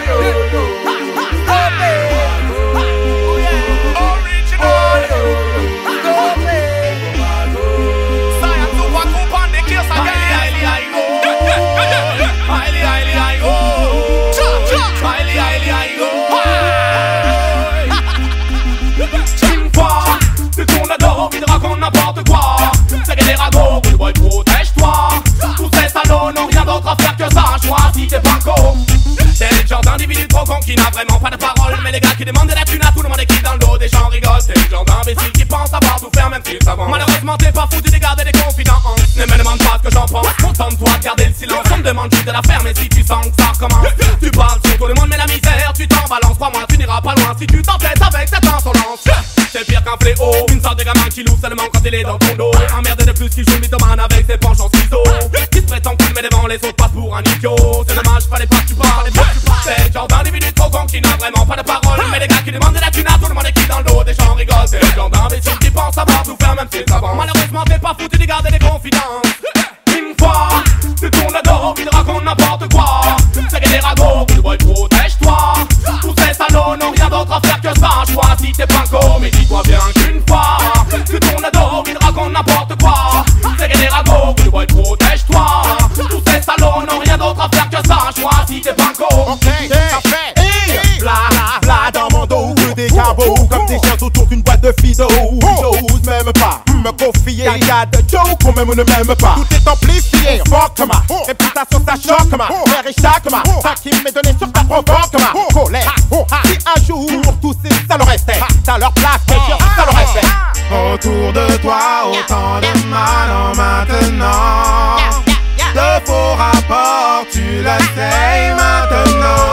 Une fois, tu tournes le dos, il raconte n'importe quoi. C'est que les ragots, good boy, protège-toi. Tous ces salauds n'ont rien d'autre à faire que ça. Choisis tes pancos. C'est le genre d'individu trop con qui n'a vraiment pas de parole. Mais les gars qui demandent de la thune à tout le monde et qui dans le dos des gens rigolent. C'est le genre d'imbécile qui pense savoir tout faire même s'ils savent. Malheureusement t'es pas foutu de garder des confidences. Ne me demande pas ce que j'en pense. Contente-toi de garder le silence. On me demande juste de la faire mais si tu sens que ça recommence. Tu parles sur tout le monde mais la misère tu t'en balances. Crois-moi tu n'iras pas loin si tu t'entêtes avec cette insolence. C'est pire qu'un fléau. Une sorte de gamin qui loue seulement quand il est dans ton dos. Un merde de plus qui joue le mythomane avec ses penches en ciseaux. Qui se prétend cool mais devant les autres passe pour un idiot. C'est dommage, fallait pas que tu parles. C'est le genre d'individu trop con qui n'a vraiment pas de parole. Mais les gars qui demandent de la thune à tout le monde et qui dans le dos des gens rigolent. C'est le genre d'imbécile qui pense savoir tout faire même s'il savant. Malheureusement t'es pas foutu de garder des confidences. Une fois, tu tournes le dos, il raconte n'importe quoi. C'est que les ragots, good boy, protège-toi. Tous ces salauds n'ont rien d'autre à faire que ça. Choisis tes pancos, mais dis-toi bien qu'une fois, tu tournes le dos, il raconte n'importe quoi. C'est que les ragots, good boy, protège-toi. Tous ces salauds n'ont rien d'autre à faire que ça. Choisis tes pancos. Ok, ça fait. Hey. Bla, bla dans mon dos, que des cabots. Comme des chiens autour d'une boîte de fido. J'ose même pas me confier. Y'a de Joe qu'on même ne m'aime pas. Tout est amplifié, fuck ma réputation ça choque ma frère et chaque ma ça qui m'est donné sur ta provoque ma colère. Si un jour tous ces salauds restaient à leur place, les gens ça leur fait. Autour de toi autant de mal en maintenant. De faux rapports, tu le sais maintenant.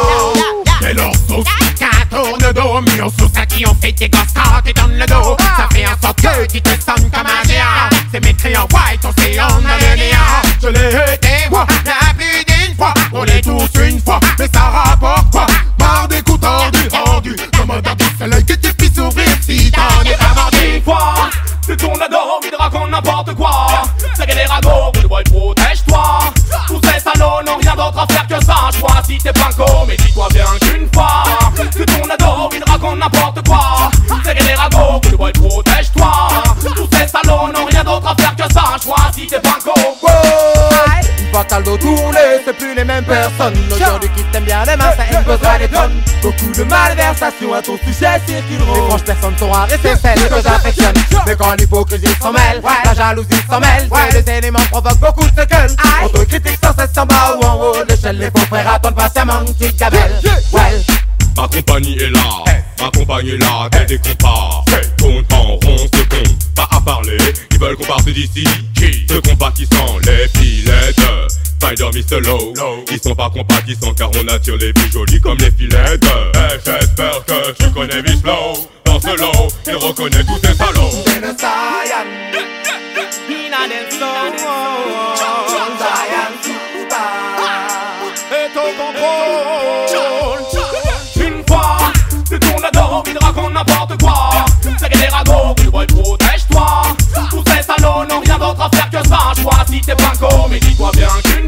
Et leur sauce qu'un tourne dos, mis en sauce à qui on fait tes gosses quand tu donnes le dos. Ça fait un sort que tu te sens comme un géant. C'est mécrit en white, on s'est en dans le néant. Je l'ai été moi, la plus d'une fois. On est tous une fois, mais ça rapporte quoi? Marre des coups tordus, rendus. Comme un dardus, c'est l'œil que tu puisses sourire si t'en es pas vendu. Une fois, tu tournes le dos, il raconte n'importe quoi. C'est que les ragots, good boy, protège-toi. Tous ces salauds n'ont rien d'autre à faire que ça. Choisis tes pancos, mais dis-toi bien qu'une fois, tu tournes le dos, il raconte n'importe quoi. C'est que les ragots, good boy, protège-toi. Tous ces salauds n'ont rien d'autre à faire que ça. Choisis tes pancos. Une fois que t'as le dos tourné, c'est plus les mêmes personnes. Aujourd'hui qui t'aiment bien, demain ça imposera des tonnes. Beaucoup de malversations à ton sujet circuleront. Les franches personnes sont rares et c'est celles que j'affectionne. Mais quand l'hypocrisie s'en mêle, la jalousie s'en mêle, les éléments provoquent beaucoup de sequelles. On te critique sans cesse en bas ou en haut de l'échelle. Les faux frères attendent patiemment une petite gabelle. Well. Ma compagnie est là, ma compagne est là, t'es des compas. Tourne en rond, se compte pas à parler. Ils veulent qu'on parte d'ici. Qui ce compas qui sent les filets de Spider Mister Low. Ils sont pas compatissants car on attire les plus jolis comme les filets de. Hey, j'espère que tu connais Bislow. Dans ce lot, il reconnaît tous ces salauds. Et au contrôle. Une fois, tu tournes le dos, il raconte n'importe quoi. C'est que les ragots, good boy, protège-toi. Tous ces salauds n'ont rien d'autre à faire que ça. Choisis tes pancos, mais dis-toi bien qu'une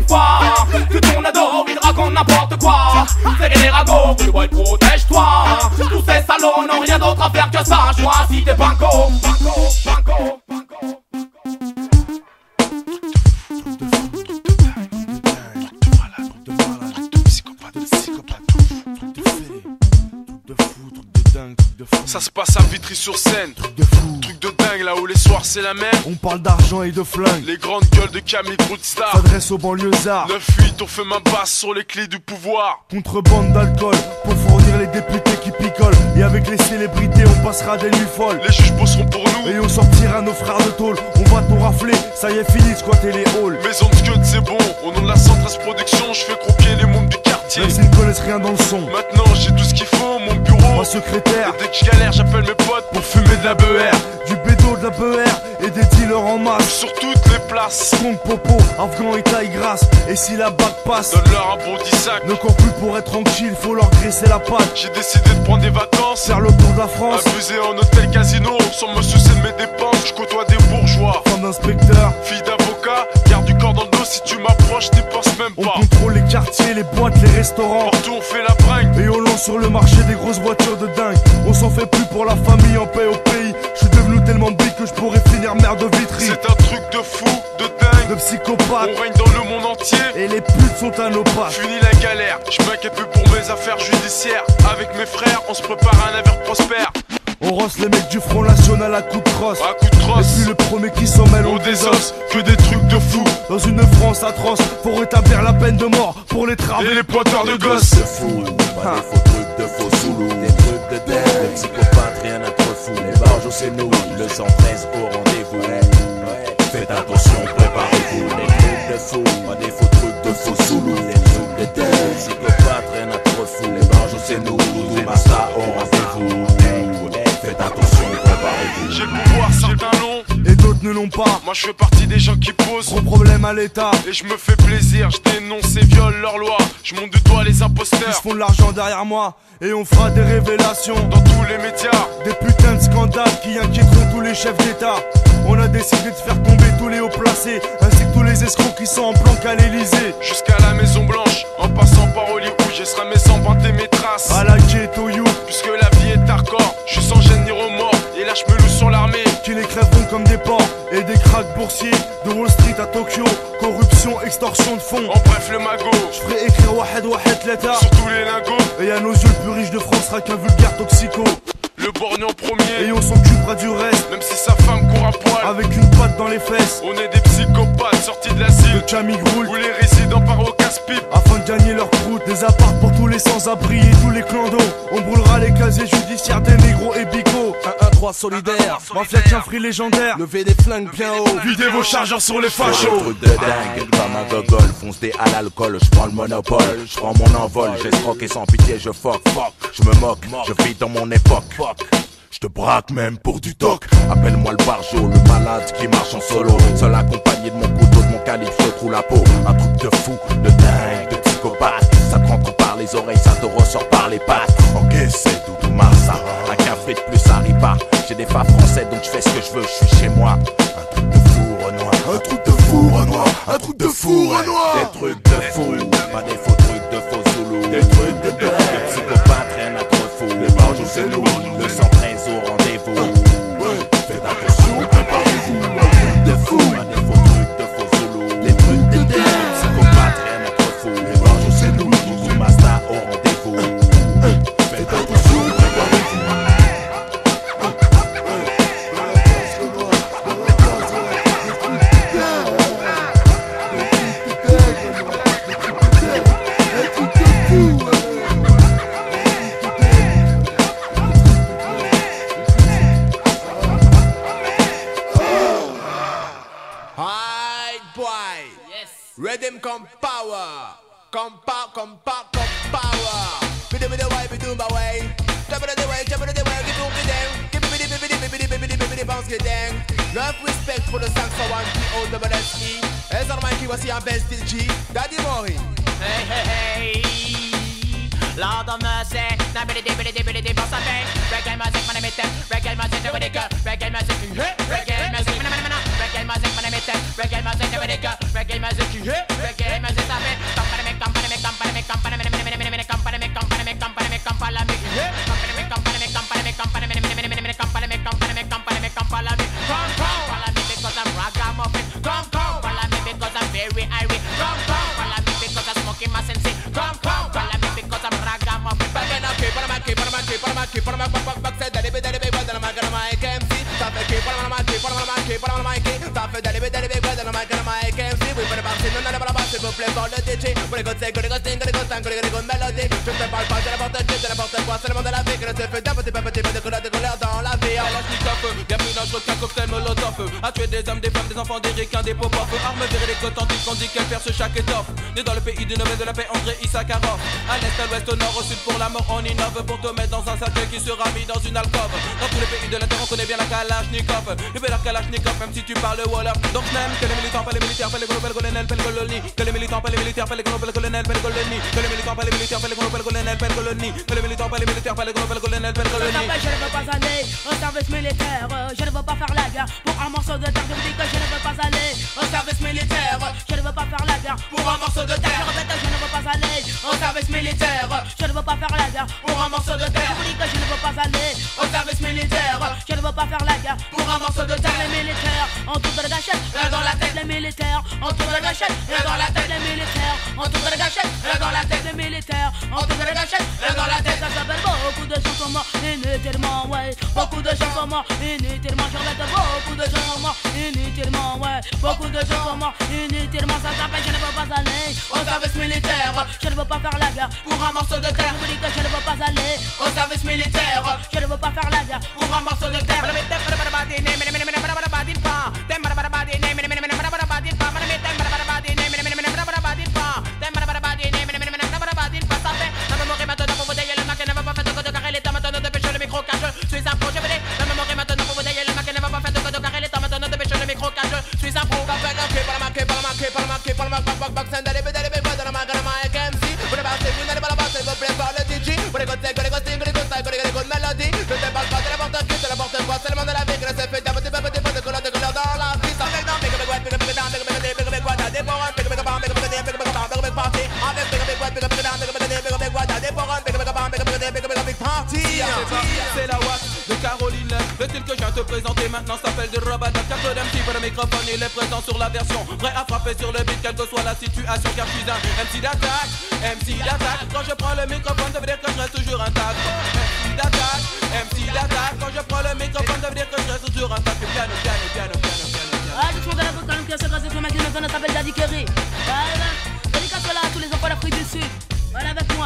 se passe à Vitry-sur-Seine. Truc de fou, truc de dingue, là où les soirs c'est la même. On parle d'argent et de flingue. Les grandes gueules de Camille Groudstar s'adressent aux banlieusards. neuf huit, on fait main basse sur les clés du pouvoir. Contrebande d'alcool pour fournir les députés qui picolent. Et avec les célébrités on passera des nuits folles. Les juges bosseront pour nous et on sortira nos frères de tôle. On va tout rafler, ça y est fini de squatter les halls. Maison de Scud c'est bon, au nom de la Centrale Production, je fais croquer les mondes du quartier. Même s'ils ne connaissent rien dans le son. Maintenant j'ai tout ce qu'il faut, mon bureau, ma secrétaire. Et dès que je galère j'appelle mes potes pour fumer de la B R. Du bédo, de la B R et des dealers en masse. Sur toutes les places. Kong, Popo, Afghan et taille grasse. Et si la bague passe, donne-leur un bon dix-sac. Ne cours plus pour être tranquille, faut leur graisser la patte. J'ai décidé de prendre des vacances, faire le tour de la France. Abuser en hôtel casino, sans me soucier de mes dépenses. Je côtoie des bourgeois, femme d'inspecteur, fille d'avocat. Garde du corps dans le dos, si tu m'approches t'y penses même pas. On contrôle les quartiers, les boîtes, les restaurants. Partout on fait la bringue. Et on lance sur le marché des grosses voitures de dingue. On s'en fait plus pour la famille, en paix au pays. Je suis devenu tellement big que je pourrais finir maire de Vitry. C'est un truc de fou, de dingue, de psychopathe. On règne dans le monde entier. Et les putes sont à nos pattes. Fini la galère, je m'inquiète plus pour mes affaires judiciaires. Avec mes frères, on se prépare à un avenir prospère. On rosse les mecs du Front National à coups de crosse. À coups de crosse. Et puis le premier qui s'en mêle on désosse. Que des trucs de fou. Dans une France atroce, faut rétablir la peine de mort pour les travaux et les pointeurs de gosses. De fou, pas des faux trucs de faux zoulous. Des trucs de dingue, des psychopathes, rien à trop fou. Les barges c'est nous, le cent treize au rendez-vous. Faites attention, préparez-vous. Des trucs de fou, pas des faux trucs de faux zoulous. Des trucs de dingue, des psychopathes, rien à trop fou. Les barges c'est nous, les Masta au rendez-vous. Faites attention, préparez-vous. J'ai le pouvoir, certains l'ont et d'autres ne l'ont pas. Moi je fais partie des gens qui posent gros problème à l'état. Et je me fais plaisir, je dénonce et viole leur loi. Je monte du doigt les imposteurs. Ils se font de l'argent derrière moi. Et on fera des révélations dans tous les médias. Des putains de scandales qui inquiéteront tous les chefs d'état. On a décidé de faire tomber tous les hauts placés, ainsi que tous les escrocs qui sont en planque à l'Elysée. Jusqu'à la Maison Blanche, en passant par Hollywood, je serai mes empreintes et mes traces. À la Ghetto You, puisque la vie est hardcore, je suis sans gêne ni remords. Et là je me loue sur l'armée, qui les crèveront comme des porcs. Et des cracks boursiers, de Wall Street à Tokyo. Corruption, extorsion de fonds. En bref le magot, je ferai écrire Wahed Wahed l'État sur tous les lingots. Et à nos yeux le plus riche de France sera qu'un vulgaire toxico. Le borgne en premier, et on s'occupera du reste. Même si sa femme court à poil, avec une patte dans les fesses. On est des psychopathes sortis de la cible, de Camille Groul, ou les résidents par au casse-pipe. Afin de gagner leur croûte, des apparts pour tous les sans-abri et tous les clandos. On brûlera les casiers judiciaires des négros et bigots. un un trois solidaire, mafia tient free légendaire. Levez des flingues bien haut, videz vos chargeurs sur les fachos. Truc de dingue, comme un gogol, foncé à l'alcool, je prends le monopole, je prends mon envol, j'escroque et sans pitié je fuck, fuck, je me moque, je vis dans mon époque, fuck. Je te braque même pour du toc. Appelle-moi le barjo, le malade qui marche en solo. Seul accompagné de mon couteau, de mon calibre, je trouve la peau. Un truc de fou, de dingue, de psychopathe. Ça te rentre par les oreilles, ça te ressort par les pattes. Ok, c'est Doudou Marsa. Un café de plus arrive pas. J'ai des femmes français donc je fais ce que je veux, je suis chez moi. Un truc de fou Renoir, un truc de fou Renoir, un truc de fou Renoir. Des trucs de fou, pas des faux trucs de faux zoulous. Des trucs de dingue, de psychopathe, rien à trop fou. Les barges c'est nous, le cent treize au rendez-vous. Faites attention, préparez-vous. De fou, pas des faux trucs de faux zoulous. Les trucs de dingue, psychopathe, rien à trop fou. Les barges c'est nous, tout Masta au rendez-vous. Faites attention, préparez-vous. Rhythm come power, come power, come power, come power. Be do me the way, be do my way. Jump it the way, jump it the way, give me the dang, give me the bibidi bibidi bibidi bibidi bounce get dang. Love respect for the saxo one P O double S E. Es un Mikey, voici un best G. Daddy Mori. Hey hey hey. Lord of mercy, now bibidi bibidi bibidi bounce a bang. Reggae music, man, I meet them. Reggae music, never they go. Reggae music, hey. Reggae music, man, man, man. Reggae music, man, I meet them. Reggae music, never they go. Reggae music, hey. Reggae music, I mean. Company me, company me, company me, company me, company me, company me, company me, company me, company me, hey. Company me, company me, company me, company me, company me, company me, company me, company me, company me. Come, come, follow me because I'm ragamuffin. Come, come, follow me because I'm very irate. Come, come, follow me because I'm smoking my sense. Come, come, follow me because I'm ragamuffin. But then I keep on my keep on my keep on my keep on my back back back say daddy daddy vous plaît, voir le D J. Pour les gosses, c'est que les gosses, que les gosses, que les gosses mélodies. Je ne te parle pas de n'importe qui, de n'importe quoi, c'est le monde de la vie que ne se fait d'un petit peu, petit peu de couleur, de couleur dans la vie. Alors je à feu, bien plus dangereux qu'un cocktail molotov. A tuer des hommes, des femmes, des enfants, des ricains, des pop-off. Armes virées, des authentiques, on dit qu'elle perce chaque étoffe. Né dans le pays du Nobel de la paix, André Issakarov. À l'est, à l'ouest, au nord, au sud, pour la mort, on innove. Pour te mettre dans un sac qui sera mis dans une alcôve. Dans tous les pays de la terre, on connaît bien la Kalachnikov. Le bel Kalachnikov, même si tu parles Wolof. Donc je n'aime que les militants, pas les militaires, pas les colons, pas les colonels, pas les colonies. Que les militants, pas les militaires, pas les colons, pas les colonels, pas les colonies. Que les militants, pas les militaires, pas les colons, pas les colonels, pas les colonies. Que les militants, pas les militaires, pas les colons, pas les colonels, pas les colonies. Je ne veux pas aller au service militaire. Je ne veux pas faire la guerre pour un morceau de terre. Je vous dis que je ne veux pas aller au service militaire. Je ne veux pas faire la guerre pour un morceau de terre. Je répète que je ne veux pas aller au service militaire. Je ne veux pas faire la guerre pour un morceau de terre. Je vous dis que je ne veux pas aller au service militaire. Je ne veux pas faire la guerre pour un morceau de terre. Les militaires en tour de la gâchette, là dans la tête. Les militaires en tour de la gâchette, là dans la tête. Les militaires en tour de la gâchette, là dans la tête. Les militaires en tour de la gâchette, là dans la tête. Ça s'appelle beaucoup de gens comme moi, inutilement, ouais. Beaucoup de gens comme moi, inutilement. Je répète beaucoup de gens comme moi, inutilement, ouais. Beaucoup de gens comme moi, inutilement. Ça s'appelle je ne veux pas aller au service militaire. Je ne veux pas faire la guerre pour un morceau de terre. Je vous dis que je ne veux pas aller au service militaire. Je ne veux pas faire la guerre pour un morceau de terre. C'est la Watt de Caroline. Le style que je viens te présenter maintenant s'appelle de Robot. Quatre M C pour le microphone, il est présent sur la version. Prêt à frapper sur le beat, quelle que soit la situation. Car je suis un M C d'attaque, M C d'attaque. Quand je prends le microphone, ça veut dire que je reste toujours intact. M C d'attaque, M C d'attaque. Quand je prends le microphone, ça veut dire que je reste toujours intact. Piano, piano, piano, piano, piano. Ah, je suis dans la boucle, que c'est grâce à ce mec qui me s'appelle Daddy Kerry. Voilà, dédicace là à tous les enfants d'Afrique du Sud. Voilà avec moi.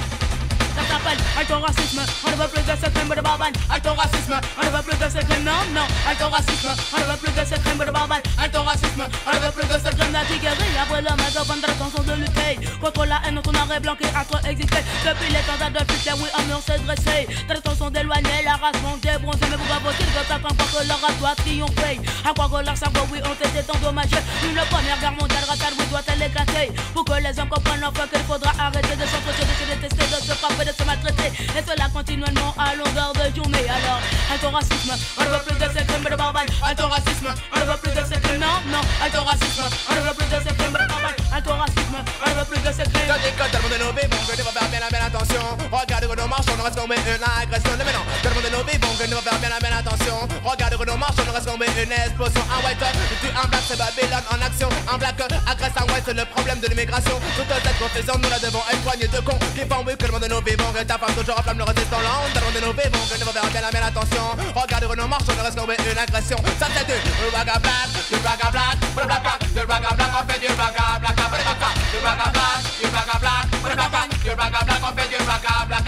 Ça s'appelle alto racisme. On ne veut plus de ce crime de barbane. Alto racisme. On ne veut plus de ce crime. Non, non. Alto racisme. On ne veut plus de ce crime de barbane. Alto racisme. On ne veut plus de ce crime d'antiquerie. Après le mec de vendre attention de lutter contre la haine, ton arrêt blanc qui a trop existé. Depuis les temps de Hitler, oui, un mur s'est dressé. Très attention d'éloigner la race monde débronzée. Mais pourquoi faut-il que ça comprend que leur race doit triompher? À quoi que leur cerveau, oui, ont été endommagés. Une première guerre mondiale ratale, oui, doit-elle éclater? Pour que les hommes comprennent enfin qu'il faudra arrêter de s'entretuer, de se détester, de se frapper, de se maltraiter. Et cela continuellement à longueur de journée. Alors, alto racisme, on ne veut plus de ces crimes de barbane. Alto racisme, on ne veut plus de ces crimes. Non, non, alto racisme, on ne veut plus de ces crimes de barbane. Alto racisme, on ne veut plus de ces crimes. Tandis que tout le monde est nos vivants, que nous va faire bien la belle attention. Regarde que nous marchons, nous restons mais une agression. Mais non, tout le monde est nos vivants, que nous va faire bien la belle attention. Regarde que nous marchons, nous restons mais une explosion. Un white, tu un black, c'est Babylone en action. Un black agresse un white, c'est le problème de l'immigration. Toute cette confusion, nous la devons être poignée de cons qui font oui que le monde est nos vivants, que ta femme toujours enflamme le résistant là. Tout le monde est nos vivants, que nous va faire bien la belle attention. Regarde que nous marchons, nous restons mais une agression. Ça c'est du raga black, du raga black, du raga black, du raga black, on fait du raga black, du raga black, du raga black, du raga black, du raga black, on fait du raga black.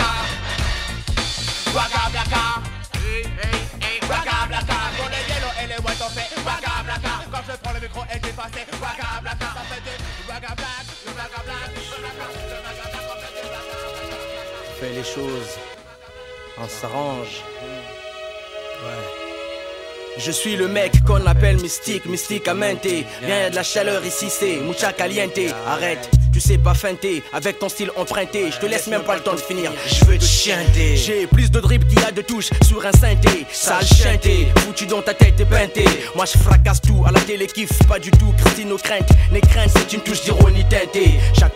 Raga black, hey hey hey, raga black. Pour les yellow et les white on fait raga black. Quand je prends le micro et que passé raga black, ça fait du raga black, du raga black, du raga black, du raga black, on fait du raga black. Fait les choses, on s'arrange. Ouais. Je suis le mec qu'on appelle mystique, mysticamente. Rien de la chaleur ici, c'est mucha caliente. Arrête, tu sais pas feinter, avec ton style emprunté. Je te laisse même pas le temps de finir, je veux te chanter. J'ai plus de drip qu'il y a de touches sur un synthé. Sale chanté, foutu dans ta tête et peinté. Moi je fracasse tout, à la télé kiffe pas du tout. Christine aux craintes, les craintes c'est une touche d'ironie teintée. Chaque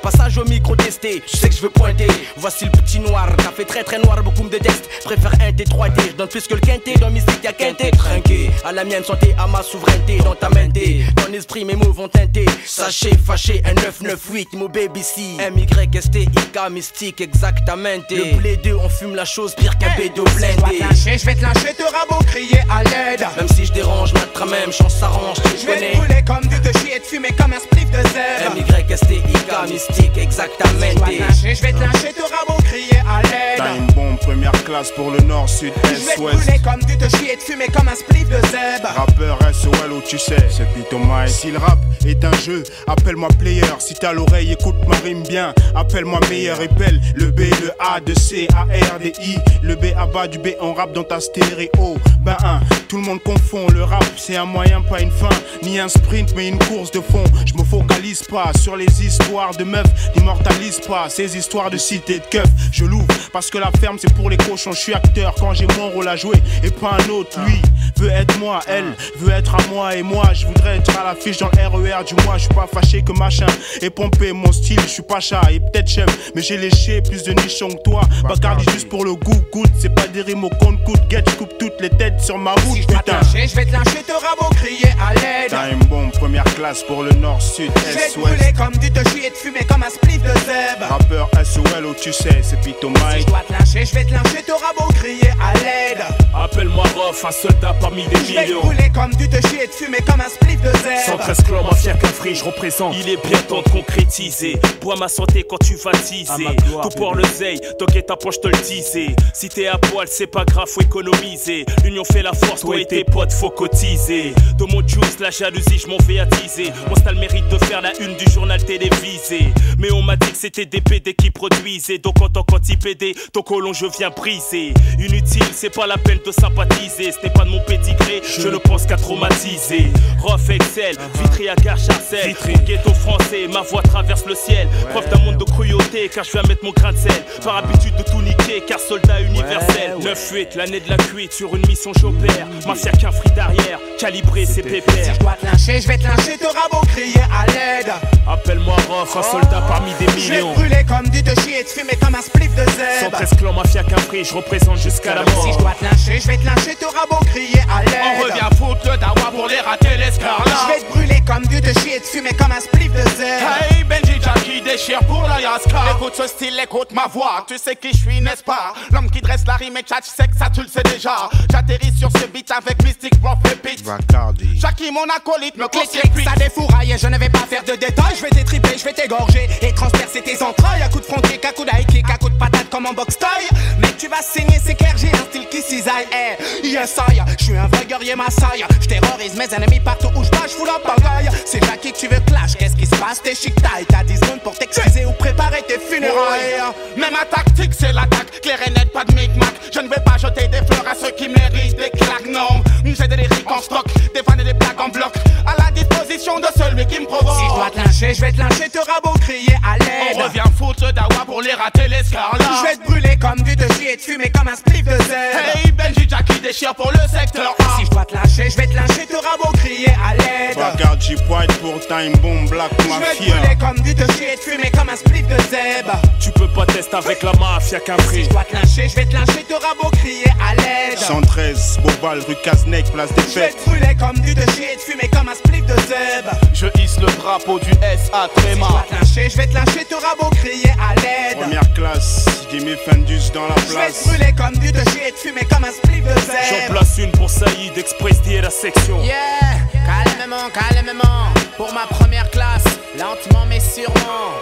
Passage au micro testé, je sais que je veux pointer. Voici le petit noir, café très très noir, beaucoup me détestent. Préfère un T trois T, je donne plus que le quinté. Dans mystique y'a quinté, trinqué. À la mienne santé, à ma souveraineté. Dans ta mente, ton esprit mes mots vont teinter. Sachez, fâché, un neuf neuf huit, mon baby C. M Y S T I K, mystique, exactement. Le blé deux, on fume la chose pire qu'un B deux blindé. Je vais te lyncher, te rabot, crier à l'aide. Même si je dérange, ma même chance s'arrange, tu je connais. Je vais te brûler comme du te chier, te fumer comme un spliff de zèbre. M Y S T I K, mystique, exactement. Je vais te lyncher, te rabot, crier à l'aide. Time bomb, première classe pour le nord, sud, est, ouest. Je vais te brûler comme du te chier, te fumer comme un spliff de zèbre. Rappeur S O L, où tu sais, c'est Pito Mike. Si le rap est un jeu, appelle-moi player. Si t'as l'oreille, écoute ma rime bien. Appelle-moi meilleur et belle. Le B, le A, de C, A, R, D, I. Le B à bas du B, on rappe dans ta stéréo. Ben un, tout le monde confond. Le rap, c'est un moyen, pas une fin. Ni un sprint, mais une course de fond. Je me focalise pas sur les histoires de meufs. N'immortalise pas ces histoires de cité de keuf. Je l'ouvre parce que la ferme, c'est pour les cochons. Je suis acteur quand j'ai mon rôle à jouer et pas un autre. Lui veut être moi, elle veut être à moi. Et moi, je voudrais être à l'affiche dans le R E R du mois. Je suis pas fâché que machin et pompé mon style. Je suis pas chat et peut-être chef, mais j'ai léché plus de nichons que toi. Bacardi juste pour le goût, goûte. C'est pas des rimes au compte, coûte, get. Je coupe toutes les têtes sur ma route, si putain. Je vais te lyncher, te rabot, crier à l'aide. Time bomb, première classe pour le nord, sud, est, ouest. Je vais te brûler comme du te chier, te fumer comme un spliff de zèbre. Rappeur S O L, où tu sais, c'est Pito Mike. Si je dois te lyncher, je vais te lyncher, te rabot, crier à l'aide. Appelle-moi Rof, un soldat parmi des millions. Je vais te brûler comme du te chier, te fumer comme un spliff de zèbre. cent treize clans, mafia qu'Afri, je représente. Il est bien temps de concrétiser. Bois ma santé quand tu vas teaser. Tout pour le zeille, toquer ta poche, te le disais. Si t'es à poil, c'est pas grave, faut économiser. L'union fait la force, toi et tes potes, faut cotiser. De mon juice, la jalousie, je m'en vais attiser. Mon style mérite de faire la une du journal télévisé. Mais on m'a dit que c'était des P D qui produisaient. Donc en tant qu'anti-P D, ton colon je viens briser. Inutile, c'est pas la peine de sympathiser. Ce n'est pas de mon pédigré, je ne pense qu'à traumatiser. Rof Excel, Vitry à Gare Charcel. Ghetto français, ma voix traverse le ciel. Preuve d'un monde de cruauté, car je viens mettre mon grain de sel. Par habitude de tout niquer, car soldat universel. neuf huit, l'année de la cuite, sur une mission j'opère. Mafia qu'un free derrière, calibré c'est pépère. Si je dois te lyncher, je vais te lyncher, te rabot, crier à l'aide. Appelle-moi Rof, un soldat parmi des millions. Je vais te brûler comme du te chier, te fumer comme un spliff de zèbre. cent treize clans, mafia qu'un free, je représente jusqu'à la mort. Si je dois te lyncher, je vais te lyncher, te rabot, crier à l'aide. On revient foutre le dawa pour les rater l'escarlat. Je vais te brûler comme du te chier, te fumer comme un spliff de zèbre. Hey Benji Jackie déchire pour la Yaska. Écoute ce style, écoute ma voix. Tu sais qui je suis, n'est-ce pas? L'homme qui dresse la rime et tchat, tu sais que ça tu le sais déjà. J'atterris sur ce beat avec Mystic Prof Repeat. Bacardi. Jackie mon acolyte me clic clic, ça défouraille. Je ne vais pas faire de détails. Je vais t'étriper, je vais t'égorger et transpercer tes entrailles. À coup de front kick, à coup d'high kick, à coup de patate comme en box taille. Mec tu vas saigner, c'est clair, j'ai un style qui cisaille. Eh, yes I, je suis un vrai guerrier Maasai. Je terrorise mes ennemis partout où je passe, je fous la pagaille. C'est Jackie que tu veux clash, qu'est-ce qui se passe? T'es chic taille, t'as dix secondes pour t'excuser ou préparer tes funérailles. Mais ma tactique c'est l'attaque, clair et net, pas de micmac. Je ne vais pas jeter des fleurs à ceux qui méritent des claques, non. J'ai des lyriques en stock, des fans et des plaques en bloc. À la disposition de celui qui me provoque. Si je dois te lyncher, je vais te lyncher, te rabot, crier à l'aide. On revient foutre le dawa pour les rater l'escarlat. Je vais te brûler comme du te chier et te fumer comme un spliff de zèbre. Hey Benji Jackie déchire pour le secteur A. Si je dois te lyncher, je vais te lyncher, te rabot, crier à l'aide. Bacardi White pour Time Bomb, Black Mafia. Je vais te brûler comme du te chier et te fumer comme un spliff de zèbre. Tu peux pas tester avec la mafia qu'un free. Si je dois te lyncher, je vais te lyncher, te rabot, crier à l'aide. cent treize, Bobal, rue Cazenec, place des Je vais fêtes. te brûler comme du te chier et te fumer comme un spliff de zèbre. Je hisse le drapeau du S A Tréma. Si je dois te lyncher, je vais te lyncher, te rabot, crier à l'aide. Première classe, Jimmy Fendus dans la place. Je vais te brûler comme du te chier et te fumer comme un spliff de zèbre. J'en place une pour Saïd, Express D et la section. Yeah, calmement, calmement. Pour ma première classe, lentement mais sûrement.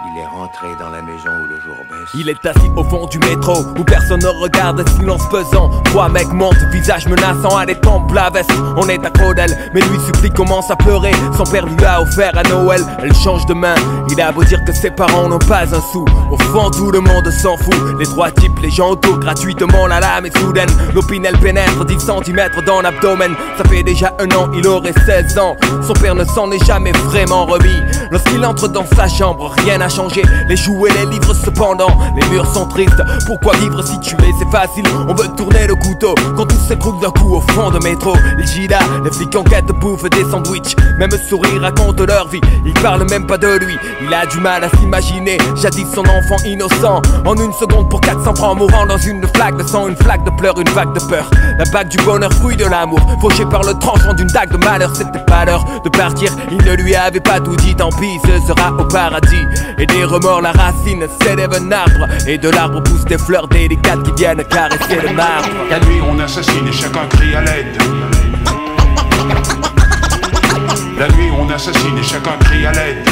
Il est rentré dans la maison où le jour baisse. Il est assis au fond du métro où personne ne regarde, silence pesant. Trois mecs montent, visage menaçant à des tempes la veste. On est accro d'elle, mais lui supplie, commence à pleurer. Son père lui a offert à Noël, elle change de main. Il a beau dire que ses parents n'ont pas un sou. Au fond tout le monde s'en fout. Les trois types, les gens autour, gratuitement la lame est soudaine. L'opinel pénètre dix centimètres dans l'abdomen. Ça fait déjà un an, il aurait seize ans. Son père ne s'en est jamais vraiment remis. Lorsqu'il entre dans sa chambre, rien n'a changé. Les jouets, les livres cependant, les murs sont tristes. Pourquoi vivre si tu es, c'est facile. On veut tourner le couteau quand tout s'écroule d'un coup au fond de métro. Les Gila, les flics en quête bouffent des sandwichs. Même sourire raconte leur vie, ils parlent même pas de lui. Il a du mal à s'imaginer, jadis son enfant innocent. En une seconde pour quatre cents francs, mourant dans une flaque de sang, une flaque de pleurs, une vague de peur. La bague du bonheur, fruit de l'amour, fauché par le tranchant d'une dague de malheur. C'était pas l'heure de partir, il ne lui avait pas tout dit. Tant pis, ce sera au paradis. Et des remords, la racine s'élève un arbre. Et de l'arbre poussent des fleurs délicates qui viennent caresser le marbre. La nuit on assassine et chacun crie à l'aide. La nuit on assassine et chacun crie à l'aide.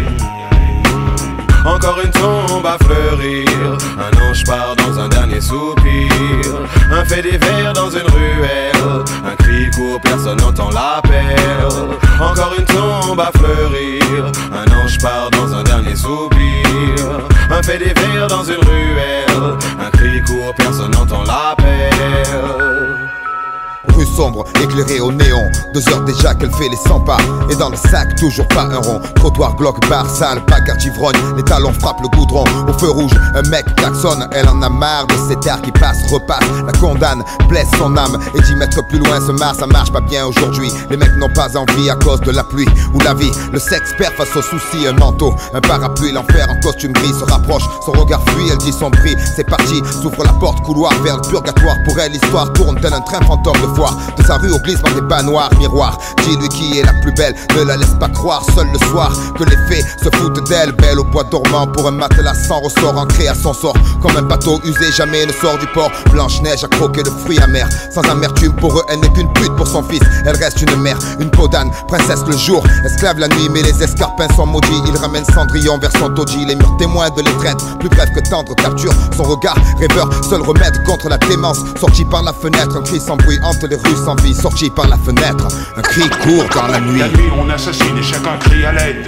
Encore une tombe à fleurir, un ange part dans un dernier soupir. Un fait divers dans une ruelle, un cri court, personne n'entend l'appel. Encore une tombe à fleurir, un ange part dans un dernier soupir. Un fait divers dans une ruelle, un cri court, personne n'entend l'appel. Rue sombre, éclairée au néon. Deux heures déjà qu'elle fait les cent pas. Et dans le sac, toujours pas un rond. Trottoir, bloc, bar, salle, bagarre, ivrogne. Les talons frappent le goudron. Au feu rouge, un mec klaxonne. Elle en a marre de cet air qui passe, repasse. La condamne, blesse son âme. Et dix mètres plus loin se marre, ça marche pas bien aujourd'hui. Les mecs n'ont pas envie à cause de la pluie ou la vie. Le sexe perd face aux soucis, un manteau, un parapluie. L'enfer en costume gris se rapproche. Son regard fuit, elle dit son prix. C'est parti, s'ouvre la porte, couloir vers le purgatoire. Pour elle, l'histoire tourne tel un train fantôme de foire. De sa rue au glissement des bas noirs, miroir. Dis-lui qui est la plus belle, ne la laisse pas croire seul le soir que les fées se foutent d'elle. Belle au bois dormant pour un matelas sans ressort, ancré à son sort. Comme un bateau usé, jamais ne sort du port. Blanche-Neige a croqué de fruits amers. Sans amertume pour eux, elle n'est qu'une pute pour son fils. Elle reste une mère, une peau d'âne, princesse le jour, esclave la nuit, mais les escarpins sont maudits. Il ramène Cendrillon vers son taudis, les murs témoins de l'étreinte. Plus bref que tendre capture son regard, rêveur, seul remède contre la démence. Sorti par la fenêtre, un cri sans bruit hante les rues sans vie. Sorti par la fenêtre, un cri court dans la nuit. La nuit on assassine et chacun crie à l'aide.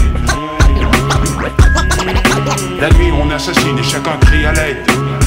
La nuit on assassine et chacun crie à l'aide.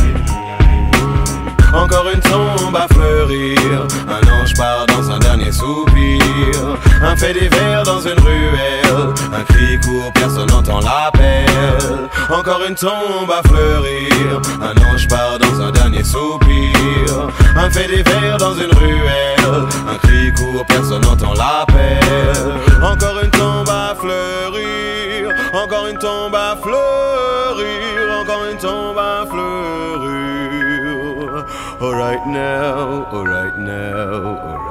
Encore une tombe à fleurir, un ange part dans un dernier soupir. Un fait divers dans une ruelle, un cri court, personne n'entend l'appel. Encore une tombe à fleurir, un ange part dans un dernier soupir. Un fait divers dans une ruelle, un cri court, personne n'entend l'appel. Encore une tombe à fleurir, encore une tombe à fleurir, encore une tombe à fleurir. Alright now, alright now, alright.